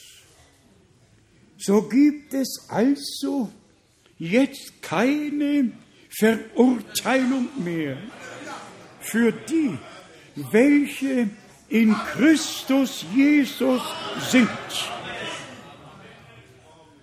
S1: So gibt es also jetzt keine Verurteilung mehr für die, welche in Christus Jesus sind.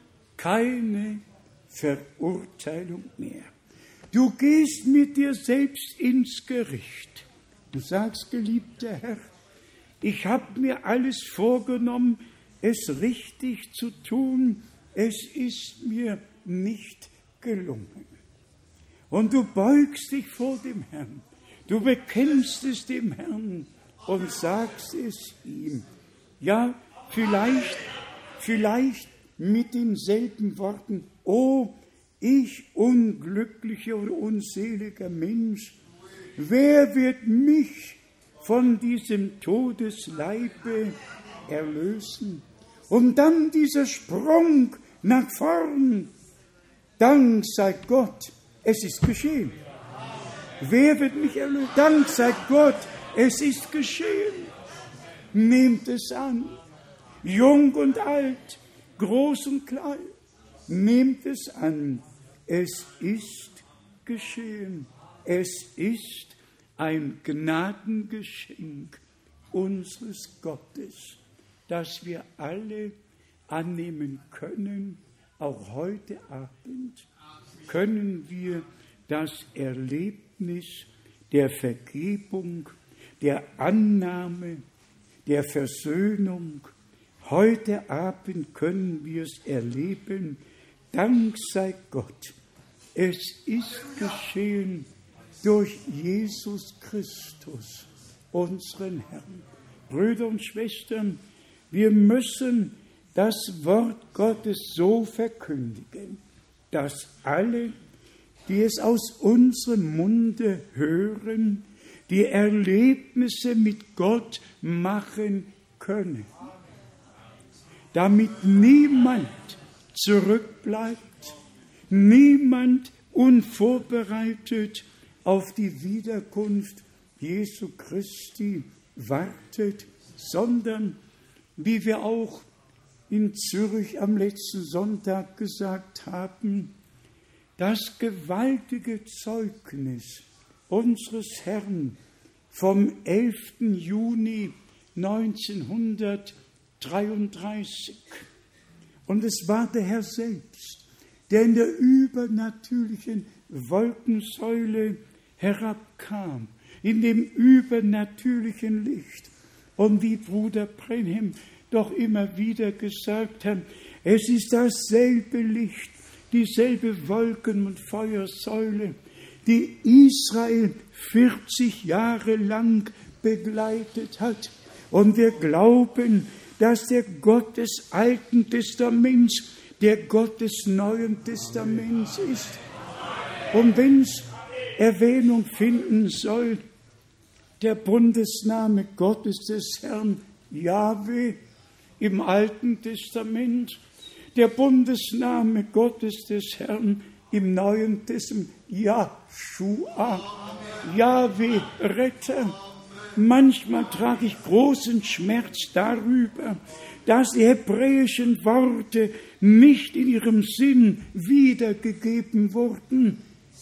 S1: keine Verurteilung mehr. Du gehst mit dir selbst ins Gericht. Du sagst, geliebter Herr, ich habe mir alles vorgenommen, es richtig zu tun, es ist mir nicht gelungen. Und du beugst dich vor dem Herrn, du bekennst es dem Herrn und sagst es ihm. Ja, vielleicht, vielleicht mit denselben Worten, oh, ich unglücklicher oder unseliger Mensch, wer wird mich von diesem Todesleibe erlösen? Und dann dieser Sprung nach vorn. Dank sei Gott, es ist geschehen. Wer wird mich erlösen? Dank sei Gott, es ist geschehen. Nehmt es an. Jung und alt, groß und klein. Nehmt es an. Es ist geschehen. Es ist ein Gnadengeschenk unseres Gottes, das wir alle annehmen können. Auch heute Abend können wir das Erlebnis der Vergebung, der Annahme, der Versöhnung, heute Abend können wir es erleben. Dank sei Gott, es ist geschehen durch Jesus Christus, unseren Herrn. Brüder und Schwestern, wir müssen das Wort Gottes so verkündigen, dass alle, die es aus unserem Munde hören, die Erlebnisse mit Gott machen können, damit niemand zurückbleibt, niemand unvorbereitet auf die Wiederkunft Jesu Christi wartet, sondern, wie wir auch in Zürich am letzten Sonntag gesagt haben, das gewaltige Zeugnis unseres Herrn vom elften Juni neunzehnhundertdreiunddreißig. Und es war der Herr selbst, der in der übernatürlichen Wolkensäule herabkam, in dem übernatürlichen Licht. Und wie Bruder Brenhem doch immer wieder gesagt hat, es ist dasselbe Licht, dieselbe Wolken- und Feuersäule, die Israel vierzig Jahre lang begleitet hat. Und wir glauben, dass der Gott des Alten Testaments der Gott des Neuen Testaments ist. Und wenn es Erwähnung finden soll, der Bundesname Gottes des Herrn, Jahwe, im Alten Testament, der Bundesname Gottes des Herrn im Neuen Testament, Jahschua, Jahwe, Retter. Manchmal trage ich großen Schmerz darüber, dass die hebräischen Worte nicht in ihrem Sinn wiedergegeben wurden.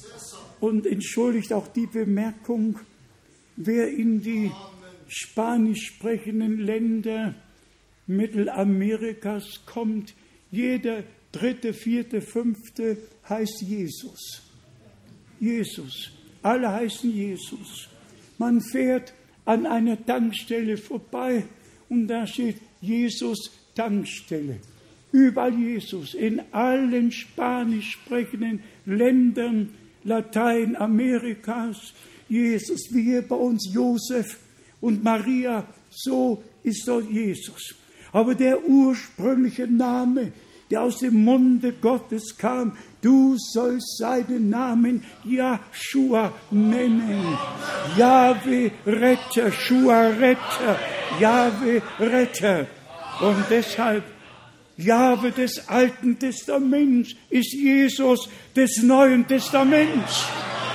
S1: Und entschuldigt auch die Bemerkung, wer in die spanisch sprechenden Länder Mittelamerikas kommt, jeder dritte, vierte, fünfte heißt Jesus. Jesus. Alle heißen Jesus. Man fährt an einer Tankstelle vorbei und da steht Jesus Tankstelle. Überall Jesus. In allen spanisch sprechenden Ländern Lateinamerikas. Jesus, wie hier bei uns Josef und Maria, so ist dort Jesus. Aber der ursprüngliche Name, der aus dem Munde Gottes kam, du sollst seinen Namen Jahschua nennen. Jahwe Retter, Schua Retter, Jahwe Retter. Und deshalb, Jahwe des Alten Testaments ist Jesus des Neuen Testaments.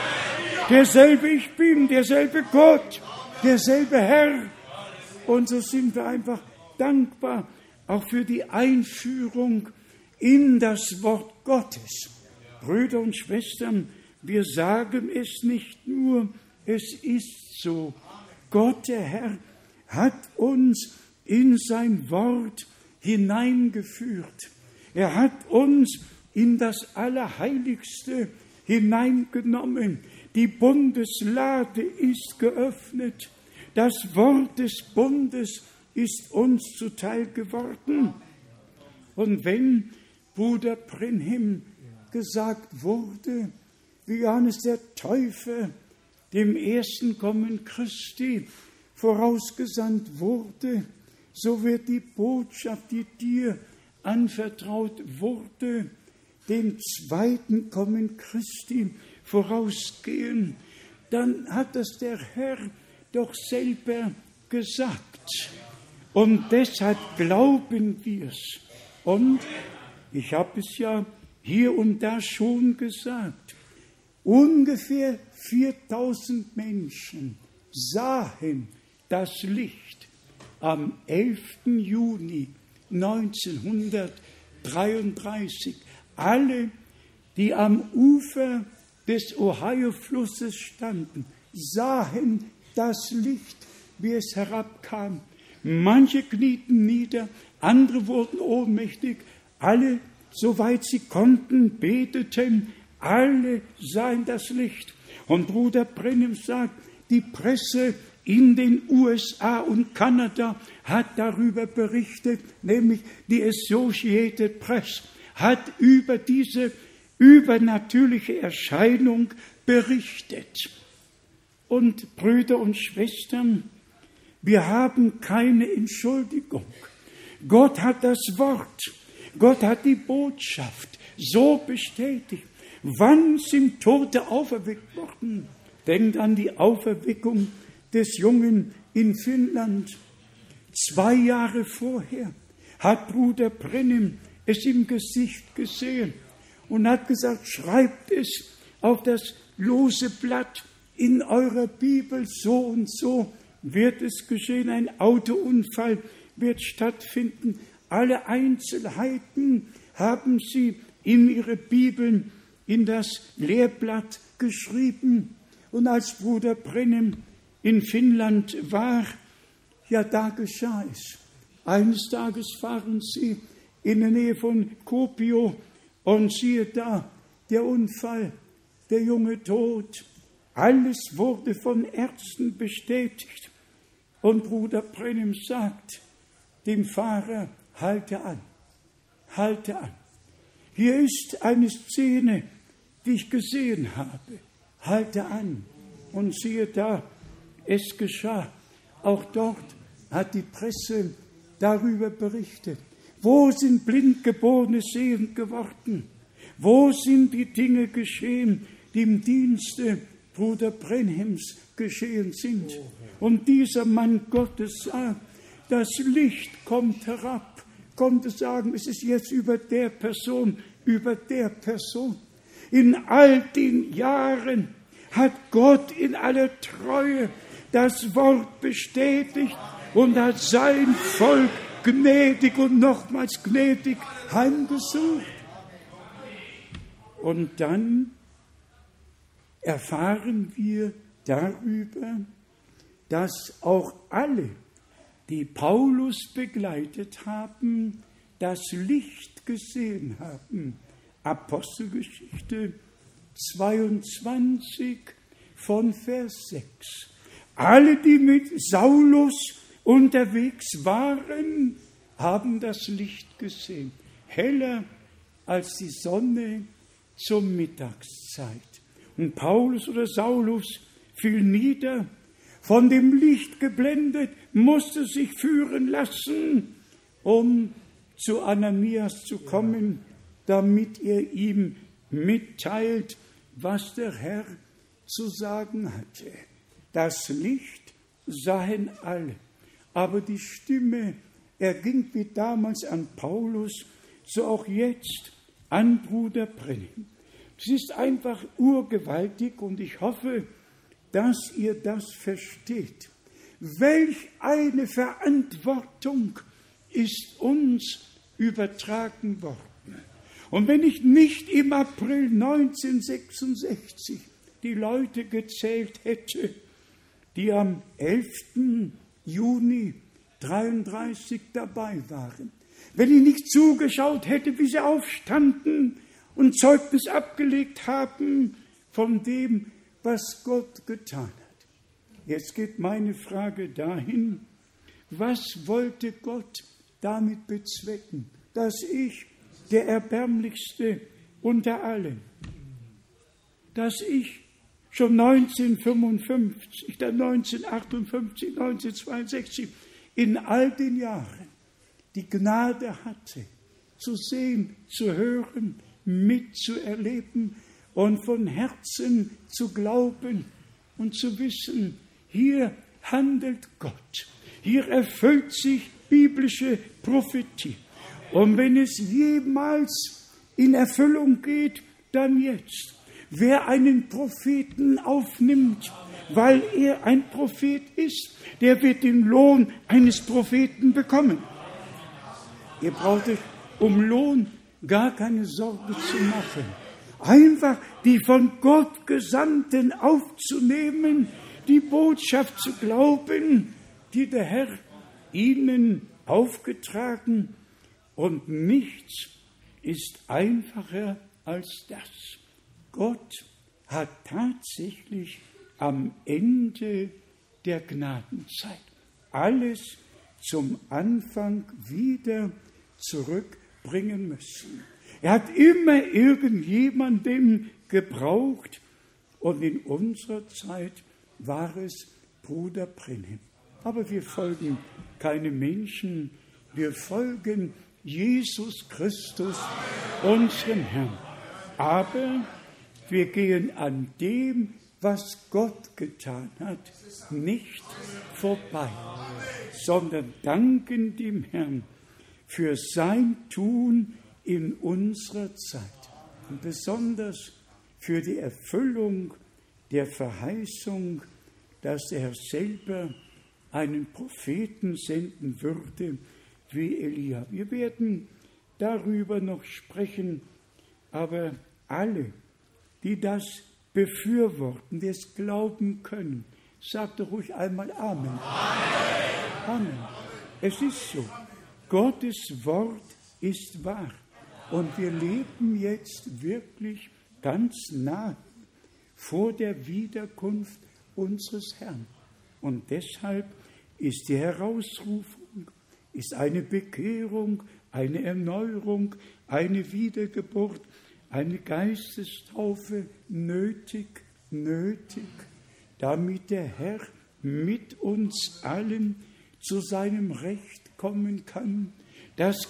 S1: Derselbe ich bin, derselbe Gott, derselbe Herr. Und so sind wir einfach dankbar, auch für die Einführung in das Wort Gottes. Brüder und Schwestern, wir sagen es nicht nur, es ist so. Gott, der Herr, hat uns in sein Wort hineingeführt. Er hat uns in das Allerheiligste hineingenommen. Die Bundeslade ist geöffnet. Das Wort des Bundes ist uns zuteil geworden. Und wenn Bruder Brenhem gesagt wurde, wie Johannes der Täufer dem ersten Kommen Christi vorausgesandt wurde, so wird die Botschaft, die dir anvertraut wurde, dem zweiten Kommen Christi vorausgehen. Dann hat das der Herr doch selber gesagt. Und deshalb glauben wir es. Und ich habe es ja hier und da schon gesagt, ungefähr viertausend Menschen sahen das Licht am elften Juni neunzehnhundertdreiunddreißig. Alle, die am Ufer des Ohio-Flusses standen, sahen das Licht, wie es herabkam. Manche knieten nieder, andere wurden ohnmächtig, alle, soweit sie konnten, beteten, alle sahen das Licht. Und Bruder Brenhem sagt, die Presse in den U S A und Kanada hat darüber berichtet, nämlich die Associated Press hat über diese übernatürliche Erscheinung berichtet. Und Brüder und Schwestern, wir haben keine Entschuldigung. Gott hat das Wort, Gott hat die Botschaft so bestätigt. Wann sind Tote auferweckt worden? Denkt an die Auferweckung des Jungen in Finnland. Zwei Jahre vorher hat Bruder Brenhem es im Gesicht gesehen und hat gesagt, schreibt es auf das lose Blatt in eurer Bibel, so und so wird es geschehen, ein Autounfall wird stattfinden. Alle Einzelheiten haben sie in ihre Bibeln, in das Lehrblatt geschrieben. Und als Bruder Brenhem in Finnland war, ja, da geschah es. Eines Tages fahren sie in der Nähe von Kuopio und siehe da, der Unfall, der Junge tot. Alles wurde von Ärzten bestätigt. Und Bruder Brenhem sagt dem Fahrer, halte an, halte an. Hier ist eine Szene, die ich gesehen habe. Halte an. Und siehe da, es geschah. Auch dort hat die Presse darüber berichtet. Wo sind Blindgeborene sehend geworden? Wo sind die Dinge geschehen, die im Dienste Bruder Brenhems geschehen sind? Und dieser Mann Gottes sagt, das Licht kommt herab, konnte sagen, es ist jetzt über der Person, über der Person. In all den Jahren hat Gott in aller Treue das Wort bestätigt und hat sein Volk gnädig und nochmals gnädig heimgesucht. Und dann erfahren wir darüber, dass auch alle, die Paulus begleitet haben, das Licht gesehen haben. Apostelgeschichte zweiundzwanzig von Vers sechs. Alle, die mit Saulus unterwegs waren, haben das Licht gesehen. Heller als die Sonne zur Mittagszeit. Und Paulus oder Saulus fiel nieder, von dem Licht geblendet, musste sich führen lassen, um zu Ananias zu kommen, damit er ihm mitteilt, was der Herr zu sagen hatte. Das Licht sahen alle, aber die Stimme erging wie damals an Paulus, so auch jetzt an Bruder Brenhem. Es ist einfach urgewaltig und ich hoffe, dass ihr das versteht. Welch eine Verantwortung ist uns übertragen worden. Und wenn ich nicht im April neunzehnhundertsechsundsechzig die Leute gezählt hätte, die am elften Juni dreiunddreißig dabei waren, wenn ich nicht zugeschaut hätte, wie sie aufstanden und Zeugnis abgelegt haben von dem, was Gott getan hat. Jetzt geht meine Frage dahin, was wollte Gott damit bezwecken, dass ich, der Erbärmlichste unter allen, dass ich schon neunzehnhundertfünfundfünfzig, dann neunzehnhundertachtundfünfzig, neunzehnhundertzweiundsechzig, in all den Jahren die Gnade hatte, zu sehen, zu hören, mitzuerleben und von Herzen zu glauben und zu wissen, hier handelt Gott, hier erfüllt sich biblische Prophetie. Und wenn es jemals in Erfüllung geht, dann jetzt. Wer einen Propheten aufnimmt, weil er ein Prophet ist, der wird den Lohn eines Propheten bekommen. Ihr braucht euch um Lohn gar keine Sorge zu machen. Einfach die von Gott Gesandten aufzunehmen, die Botschaft zu glauben, die der Herr ihnen aufgetragen, und nichts ist einfacher als das. Gott hat tatsächlich am Ende der Gnadenzeit alles zum Anfang wieder zurückbringen müssen. Er hat immer irgendjemanden gebraucht, und in unserer Zeit war es Bruder Brenhem. Aber wir folgen keine Menschen, wir folgen Jesus Christus, unseren Herrn. Aber wir gehen an dem, was Gott getan hat, nicht vorbei, sondern danken dem Herrn für sein Tun in unserer Zeit und besonders für die Erfüllung der Verheißung, dass der Herr selber einen Propheten senden würde wie Elia. Wir werden darüber noch sprechen, aber alle, die das befürworten, die es glauben können, sagt doch ruhig einmal Amen. Amen. Amen. Es ist so. Gottes Wort ist wahr. Und wir leben jetzt wirklich ganz nah vor der Wiederkunft unseres Herrn. Und deshalb ist die Herausrufung, ist eine Bekehrung, eine Erneuerung, eine Wiedergeburt, eine Geistestaufe nötig, nötig, damit der Herr mit uns allen zu seinem Recht kommen kann, dass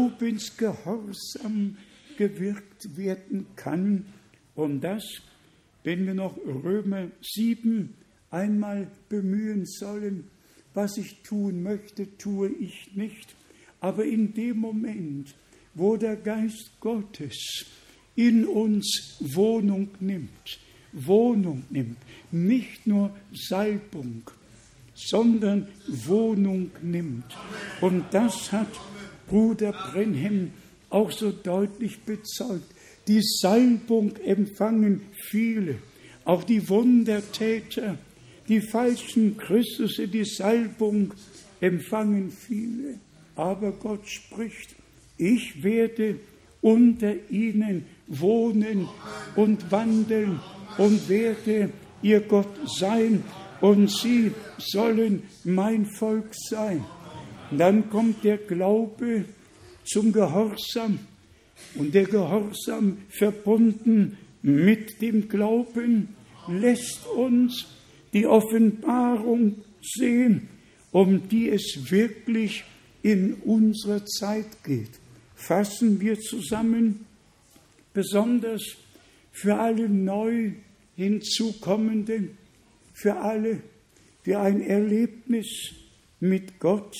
S1: Glaubensgehorsam gewirkt werden kann und das, wenn wir noch Römer sieben einmal bemühen sollen, was ich tun möchte, tue ich nicht. Aber in dem Moment, wo der Geist Gottes in uns Wohnung nimmt, Wohnung nimmt, nicht nur Salbung, sondern Wohnung nimmt. Und das hat Bruder Brenhem auch so deutlich bezeugt. Die Salbung empfangen viele, auch die Wundertäter, die falschen Christusse, die Salbung empfangen viele. Aber Gott spricht, ich werde unter ihnen wohnen und wandeln und werde ihr Gott sein und sie sollen mein Volk sein. Und dann kommt der Glaube zum Gehorsam und der Gehorsam verbunden mit dem Glauben lässt uns die Offenbarung sehen, um die es wirklich in unserer Zeit geht. Fassen wir zusammen, besonders für alle neu hinzukommenden, für alle, die ein Erlebnis mit Gott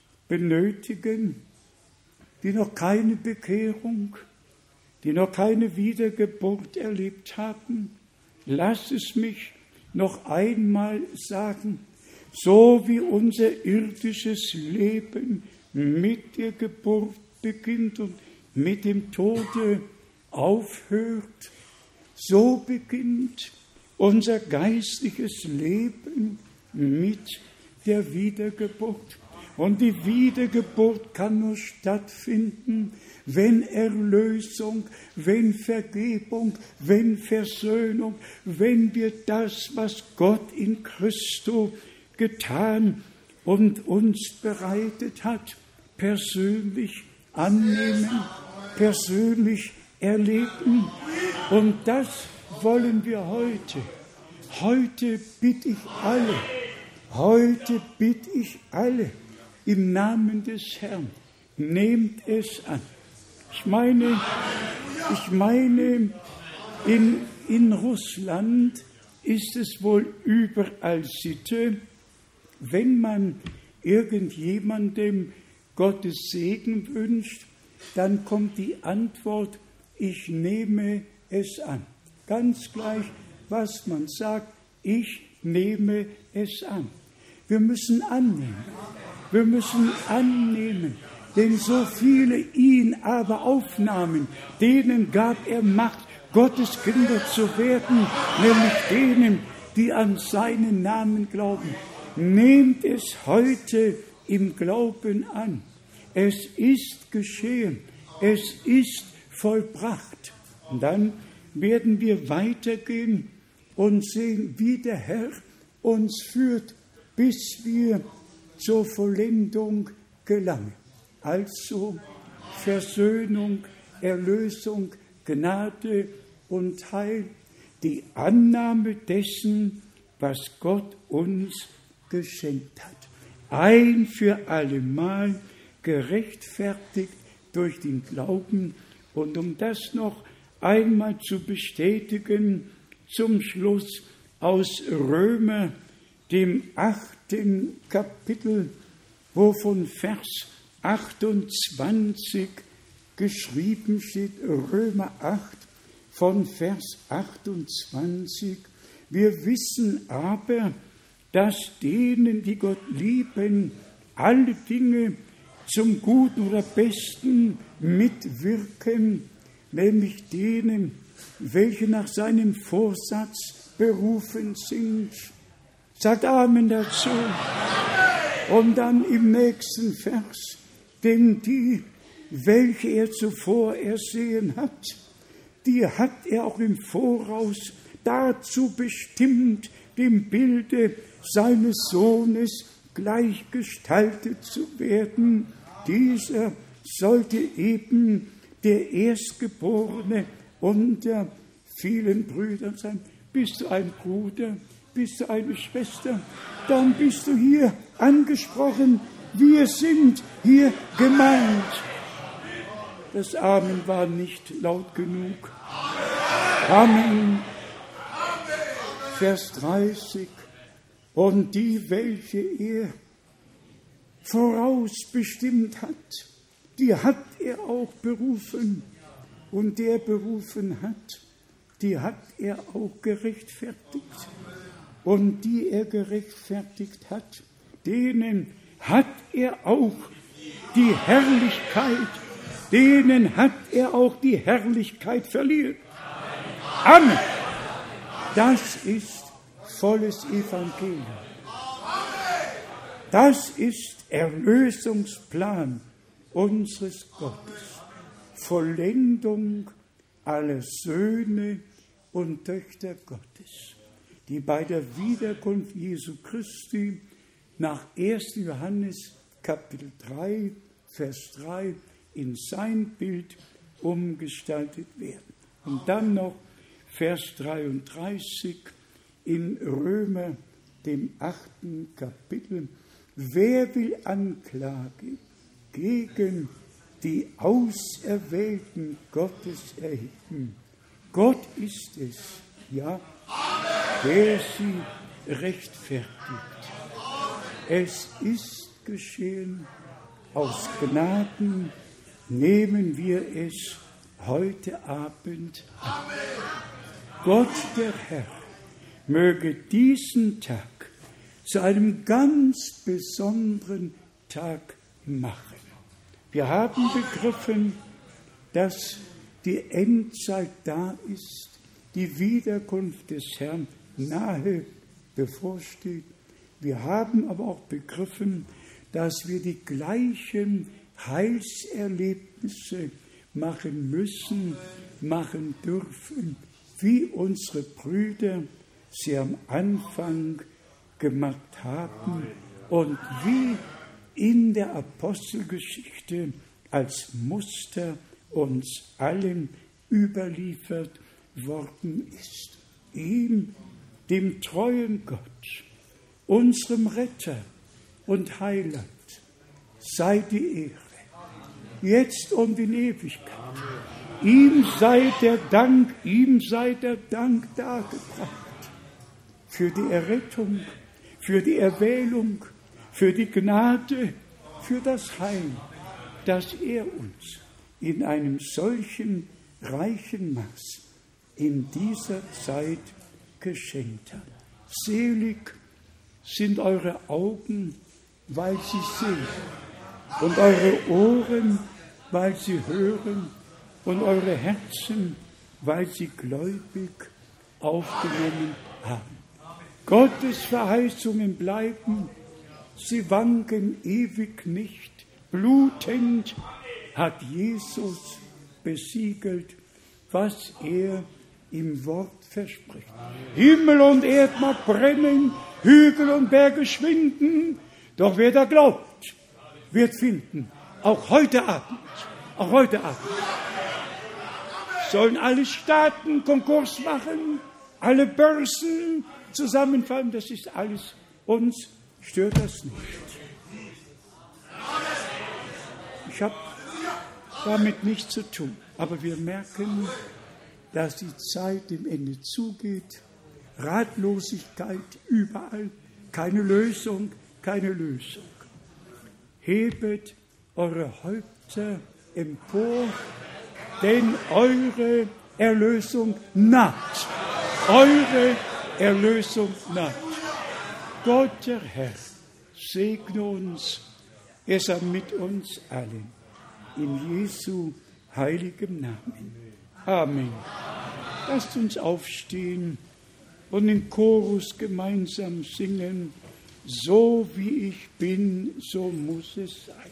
S1: benötigen, die noch keine Bekehrung, die noch keine Wiedergeburt erlebt haben. Lass es mich noch einmal sagen, so wie unser irdisches Leben mit der Geburt beginnt und mit dem Tode aufhört, so beginnt unser geistliches Leben mit der Wiedergeburt. Und die Wiedergeburt kann nur stattfinden, wenn Erlösung, wenn Vergebung, wenn Versöhnung, wenn wir das, was Gott in Christus getan und uns bereitet hat, persönlich annehmen, persönlich erleben. Und das wollen wir heute. Heute bitte ich alle, heute bitte ich alle im Namen des Herrn, nehmt es an. Ich meine, ich meine, in, in Russland ist es wohl überall Sitte, wenn man irgendjemandem Gottes Segen wünscht, dann kommt die Antwort, ich nehme es an. Ganz gleich, was man sagt, ich nehme es an. Wir müssen annehmen. Wir müssen annehmen. Denn so viele ihn aber aufnahmen, denen gab er Macht, Gottes Kinder zu werden, nämlich denen, die an seinen Namen glauben. Nehmt es heute im Glauben an. Es ist geschehen. Es ist vollbracht. Und dann werden wir weitergehen und sehen, wie der Herr uns führt, bis wir zur Vollendung gelangen. Also Versöhnung, Erlösung, Gnade und Heil, die Annahme dessen, was Gott uns geschenkt hat. Ein für allemal gerechtfertigt durch den Glauben. Und um das noch einmal zu bestätigen, zum Schluss aus Römer, dem achten Kapitel, wo von Vers achtundzwanzig geschrieben steht, Römer acht, von Vers achtundzwanzig. Wir wissen aber, dass denen, die Gott lieben, alle Dinge zum Guten oder Besten mitwirken, nämlich denen, welche nach seinem Vorsatz berufen sind. Sagt Amen dazu. Und dann im nächsten Vers, denn die, welche er zuvor ersehen hat, die hat er auch im Voraus dazu bestimmt, dem Bilde seines Sohnes gleichgestaltet zu werden. Dieser sollte eben der Erstgeborene unter vielen Brüdern sein. Bist du ein Bruder? Bist du eine Schwester? Dann bist du hier angesprochen. Wir sind hier gemeint. Das Amen war nicht laut genug. Amen. Vers dreißig. Und die, welche er vorausbestimmt hat, die hat er auch berufen. Und der berufen hat, die hat er auch gerechtfertigt. Und die er gerechtfertigt hat, denen hat er auch die Herrlichkeit, denen hat er auch die Herrlichkeit verliehen. Amen. Das ist volles Evangelium. Das ist Erlösungsplan unseres Gottes. Vollendung aller Söhne und Töchter Gottes, die bei der Wiederkunft Jesu Christi nach ersten Johannes Kapitel drei, Vers drei in sein Bild umgestaltet werden. Und dann noch Vers dreiunddreißig in Römer, dem achten Kapitel. Wer will Anklage gegen die Auserwählten Gottes erheben? Gott ist es, ja, der sie rechtfertigt. Es ist geschehen, aus Gnaden nehmen wir es heute Abend an. Gott, der Herr, möge diesen Tag zu einem ganz besonderen Tag machen. Wir haben begriffen, dass die Endzeit da ist, die Wiederkunft des Herrn nahe bevorsteht. Wir haben aber auch begriffen, dass wir die gleichen Heilserlebnisse machen müssen, machen dürfen, wie unsere Brüder sie am Anfang gemacht haben und wie in der Apostelgeschichte als Muster uns allen überliefert worden ist. Ihm, dem treuen Gott, unserem Retter und Heiland, sei die Ehre, jetzt und in Ewigkeit. Ihm sei der Dank, ihm sei der Dank dargebracht für die Errettung, für die Erwählung, für die Gnade, für das Heil, das er uns in einem solchen reichen Maß in dieser Zeit geschenkt hat. Selig sind eure Augen, weil sie sehen, und eure Ohren, weil sie hören, und eure Herzen, weil sie gläubig aufgenommen haben. Gottes Verheißungen bleiben, sie wanken ewig nicht. Blutend hat Jesus besiegelt, was er im Wort verspricht. Himmel und Erd mag brennen, Hügel und Berge schwinden, doch wer da glaubt, wird finden. Auch heute Abend, auch heute Abend. Sollen alle Staaten Konkurs machen, alle Börsen zusammenfallen, das ist alles, uns stört das nicht. Ich habe damit nichts zu tun, aber wir merken, dass die Zeit dem Ende zugeht, Ratlosigkeit überall, keine Lösung, keine Lösung. Hebet eure Häupter empor, denn eure Erlösung naht. Eure Erlösung naht. Gott, der Herr, segne uns, er sei mit uns allen. In Jesu heiligem Namen. Amen. Lasst uns aufstehen und den Chorus gemeinsam singen. So wie ich bin, so muss es sein.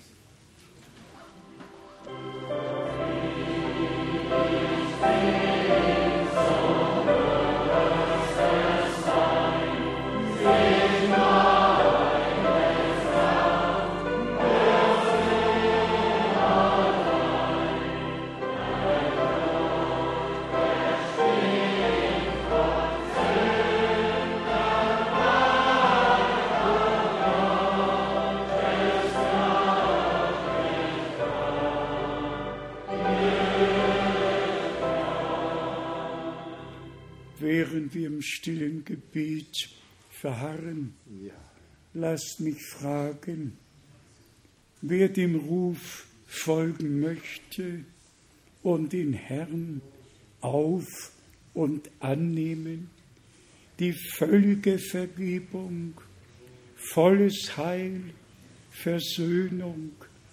S1: Während wir im stillen Gebet verharren, ja. Lasst mich fragen, wer dem Ruf folgen möchte und den Herrn auf- und annehmen, die völlige Vergebung, volles Heil, Versöhnung,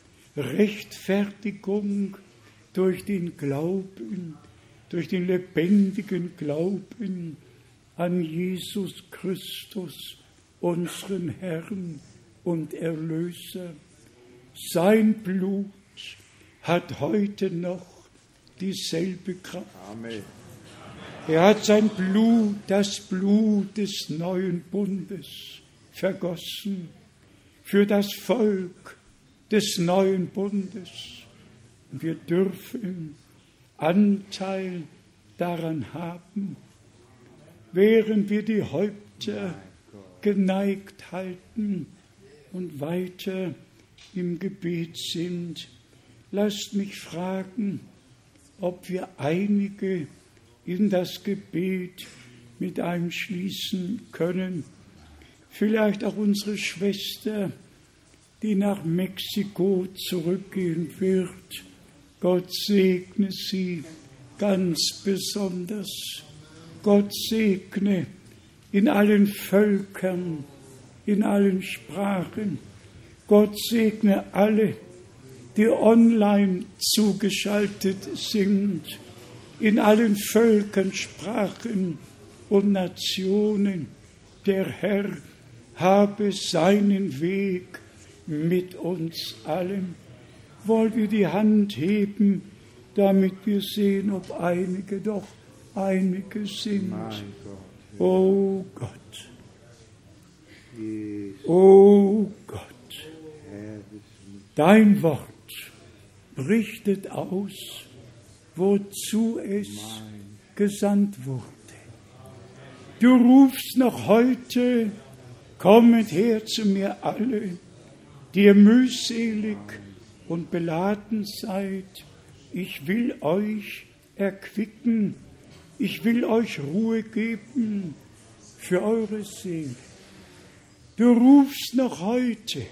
S1: Rechtfertigung durch den Glauben, durch den lebendigen Glauben an Jesus Christus, unseren Herrn und Erlöser. Sein Blut hat heute noch dieselbe Kraft. Amen. Er hat sein Blut, das Blut des neuen Bundes, vergossen für das Volk des neuen Bundes. Und wir dürfen Anteil daran haben, während wir die Häupter geneigt halten und weiter im Gebet sind. Lasst mich fragen, ob wir einige in das Gebet mit einschließen können. Vielleicht auch unsere Schwester, die nach Mexiko zurückgehen wird. Gott segne sie ganz besonders. Gott segne in allen Völkern, in allen Sprachen. Gott segne alle, die online zugeschaltet sind, in allen Völkern, Sprachen und Nationen. Der Herr habe seinen Weg mit uns allen. Wollen wir die Hand heben, damit wir sehen, ob einige doch einige sind. Oh Gott, oh Gott, dein Wort berichtet aus, wozu es gesandt wurde. Du rufst noch heute, kommet her zu mir alle, die ihr mühselig und beladen seid. Ich will euch erquicken, ich will euch Ruhe geben für eure Seele. Du rufst noch heute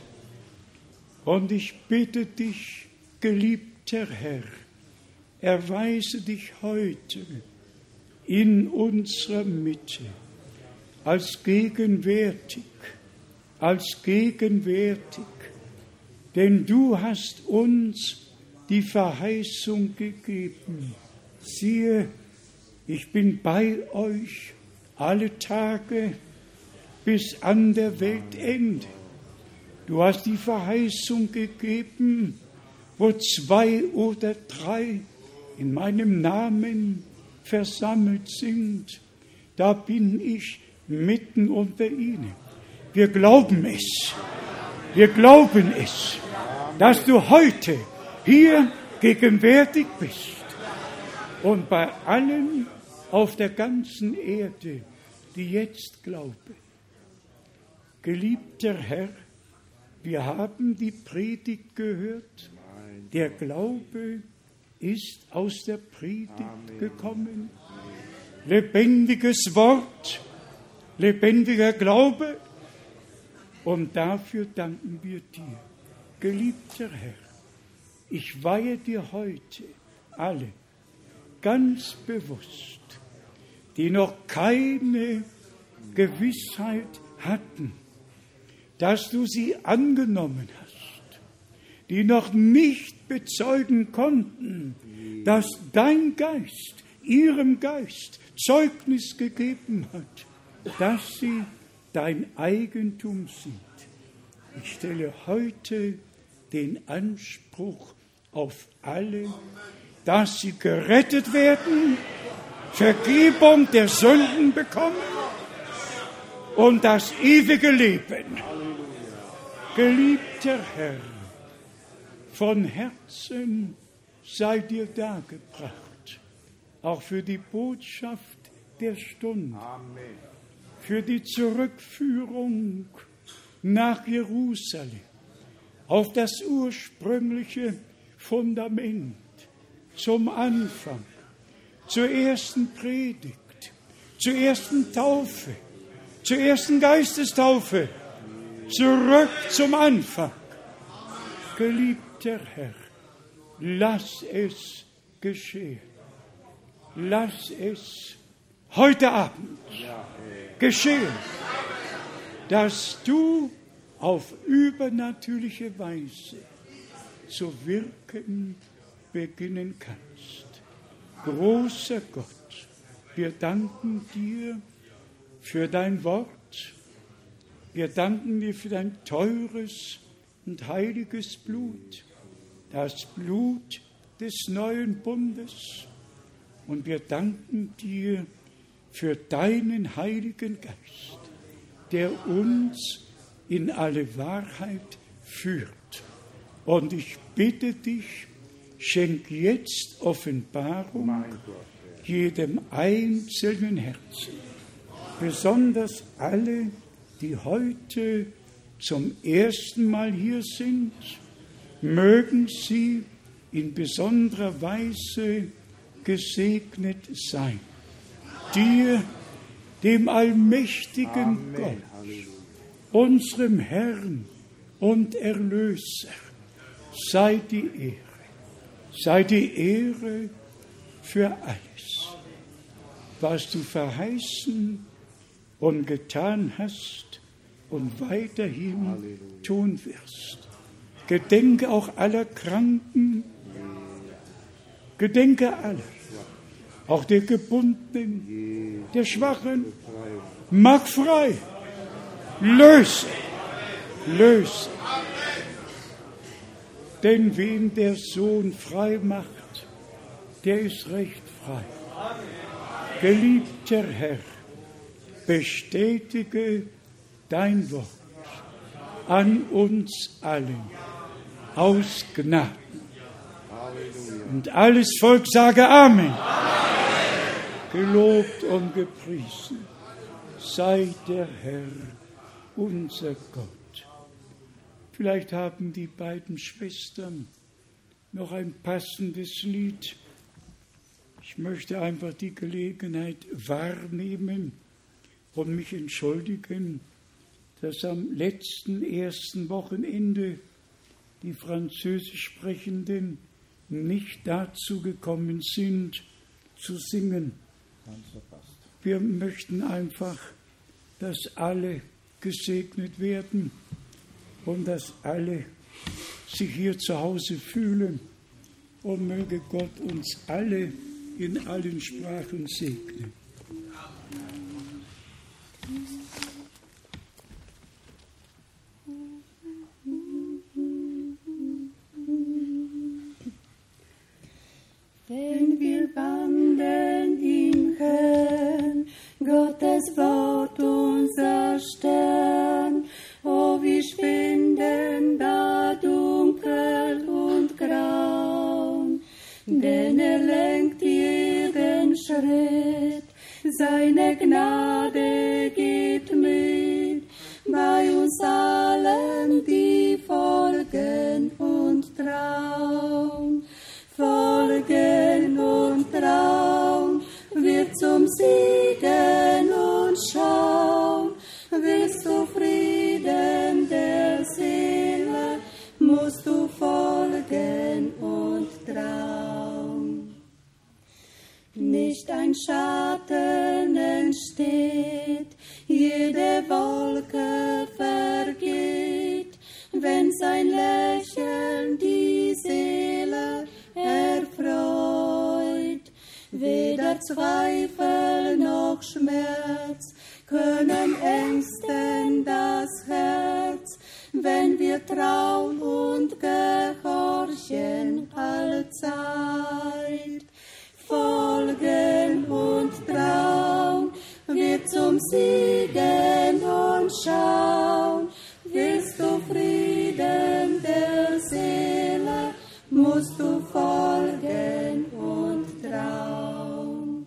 S1: und ich bitte dich, geliebter Herr, erweise dich heute in unserer Mitte als gegenwärtig, als gegenwärtig, denn du hast uns die Verheißung gegeben. Siehe, ich bin bei euch alle Tage bis an der Weltende. Du hast die Verheißung gegeben, wo zwei oder drei in meinem Namen versammelt sind, da bin ich mitten unter ihnen. Wir glauben es, wir glauben es, dass du heute hier gegenwärtig bist und bei allen auf der ganzen Erde, die jetzt glauben. Geliebter Herr, wir haben die Predigt gehört, der Glaube ist aus der Predigt Amen. Gekommen. Lebendiges Wort, lebendiger Glaube. Und dafür danken wir dir. Geliebter Herr, ich weihe dir heute alle ganz bewusst, die noch keine Gewissheit hatten, dass du sie angenommen hast, die noch nicht bezeugen konnten, dass dein Geist, ihrem Geist Zeugnis gegeben hat, dass sie dein Eigentum sind. Ich stelle heute den Anspruch auf alle, dass sie gerettet werden, Vergebung der Sünden bekommen und das ewige Leben. Geliebter Herr, von Herzen sei dir dargebracht, auch für die Botschaft der Stunde, Amen. Für die Zurückführung nach Jerusalem, auf das ursprüngliche Fundament, zum Anfang, zur ersten Predigt, zur ersten Taufe, zur ersten Geistestaufe, zurück zum Anfang. Geliebter Herr, lass es geschehen. Lass es heute Abend geschehen, dass du auf übernatürliche Weise zu wirken beginnen kannst. Großer Gott, wir danken dir für dein Wort. Wir danken dir für dein teures und heiliges Blut, das Blut des neuen Bundes. Und wir danken dir für deinen Heiligen Geist, der uns in alle Wahrheit führt. Und ich bitte dich, schenk jetzt Offenbarung jedem einzelnen Herzen, besonders alle, die heute zum ersten Mal hier sind, mögen sie in besonderer Weise gesegnet sein. Dir, dem allmächtigen Amen. Gott, unserem Herrn und Erlöser, sei die Ehre, sei die Ehre für alles, was du verheißen und getan hast und weiterhin Halleluja. Tun wirst. Gedenke auch aller Kranken, gedenke aller, auch der Gebundenen, der Schwachen, mach frei, löse, löse, Denn wen der Sohn frei macht, der ist recht frei. Geliebter Herr, bestätige dein Wort an uns allen aus Gnaden. Und alles Volk sage Amen. Amen. Gelobt und gepriesen sei der Herr, unser Gott. Vielleicht haben die beiden Schwestern noch ein passendes Lied. Ich möchte einfach die Gelegenheit wahrnehmen und mich entschuldigen, dass am letzten ersten Wochenende die Französisch Sprechenden nicht dazu gekommen sind, zu singen. Wir möchten einfach, dass alle gesegnet werden und dass alle sich hier zu Hause fühlen. Und möge Gott uns alle in allen Sprachen segnen.
S2: Wenn wir wandeln im Herrn, Gottes Wort unser Stern, oh, wie schwinden da dunkel und grauen, denn er lenkt jeden Schritt, seine Gnade geht mit, bei uns allen, die folgen und trauen. Folgen und Traum wird zum Siegen und Schauen. Willst du Frieden der Seele, musst du folgen und trauen. Nicht ein Schatten entsteht, jede Wolke vergeht, wenn sein Lächeln die Seele erfreut. Weder Zweifel noch Schmerz können ängsten das Herz, wenn wir trauen und gehorchen allzeit. Folgen und trauen wird zum Siegen und Schauen. Willst du Frieden der Seele, musst du folgen und trauen.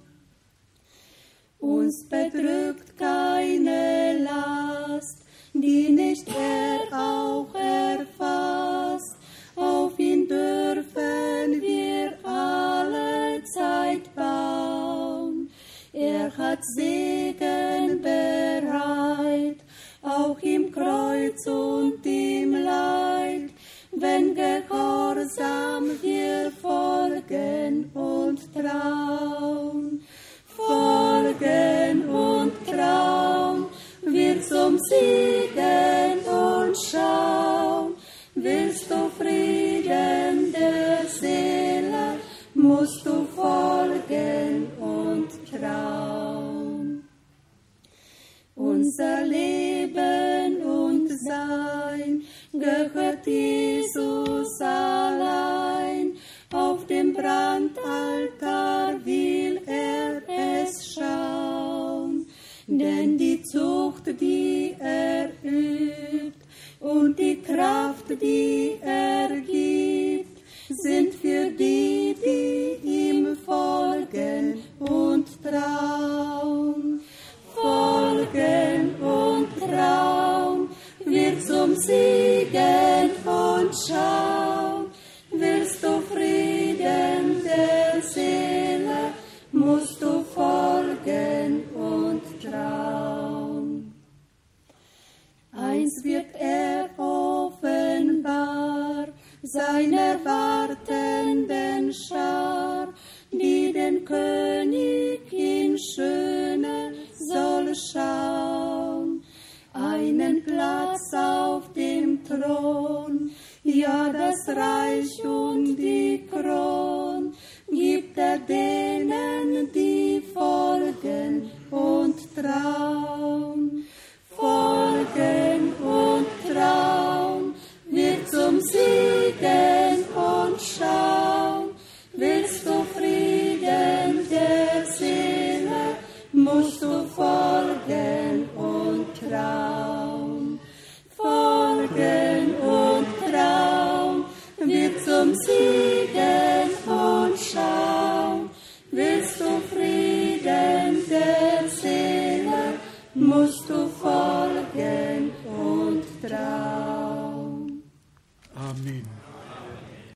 S2: Uns bedrückt keine Last, die nicht er auch erfasst. Auf ihn dürfen wir alle Zeit bauen. Er hat Segen bereit, auch im Kreuz und im Leid. Wenn gehorsam wir folgen und trauen, folgen und trauen, wir zum Siegen und Schauen. Willst du Frieden der Seele, musst du folgen und trauen. Unser Leben und Sein gehört Jesus allein. Auf dem Brandaltar will er es schauen. Denn die Zucht, die er übt, und die Kraft, die er gibt, sind für die, die ihm folgen und trauen. Folgen und trauen wird zum Siegen und Schauen. Willst du Frieden der Seele, musst du folgen und trauen. Eins wird er offenbar, seiner wartenden Schar, die den König in Schöne soll schauen. Einen Platz auf dem Thron, ja das Reich und die Kron, gibt er denen, die folgen und trauen.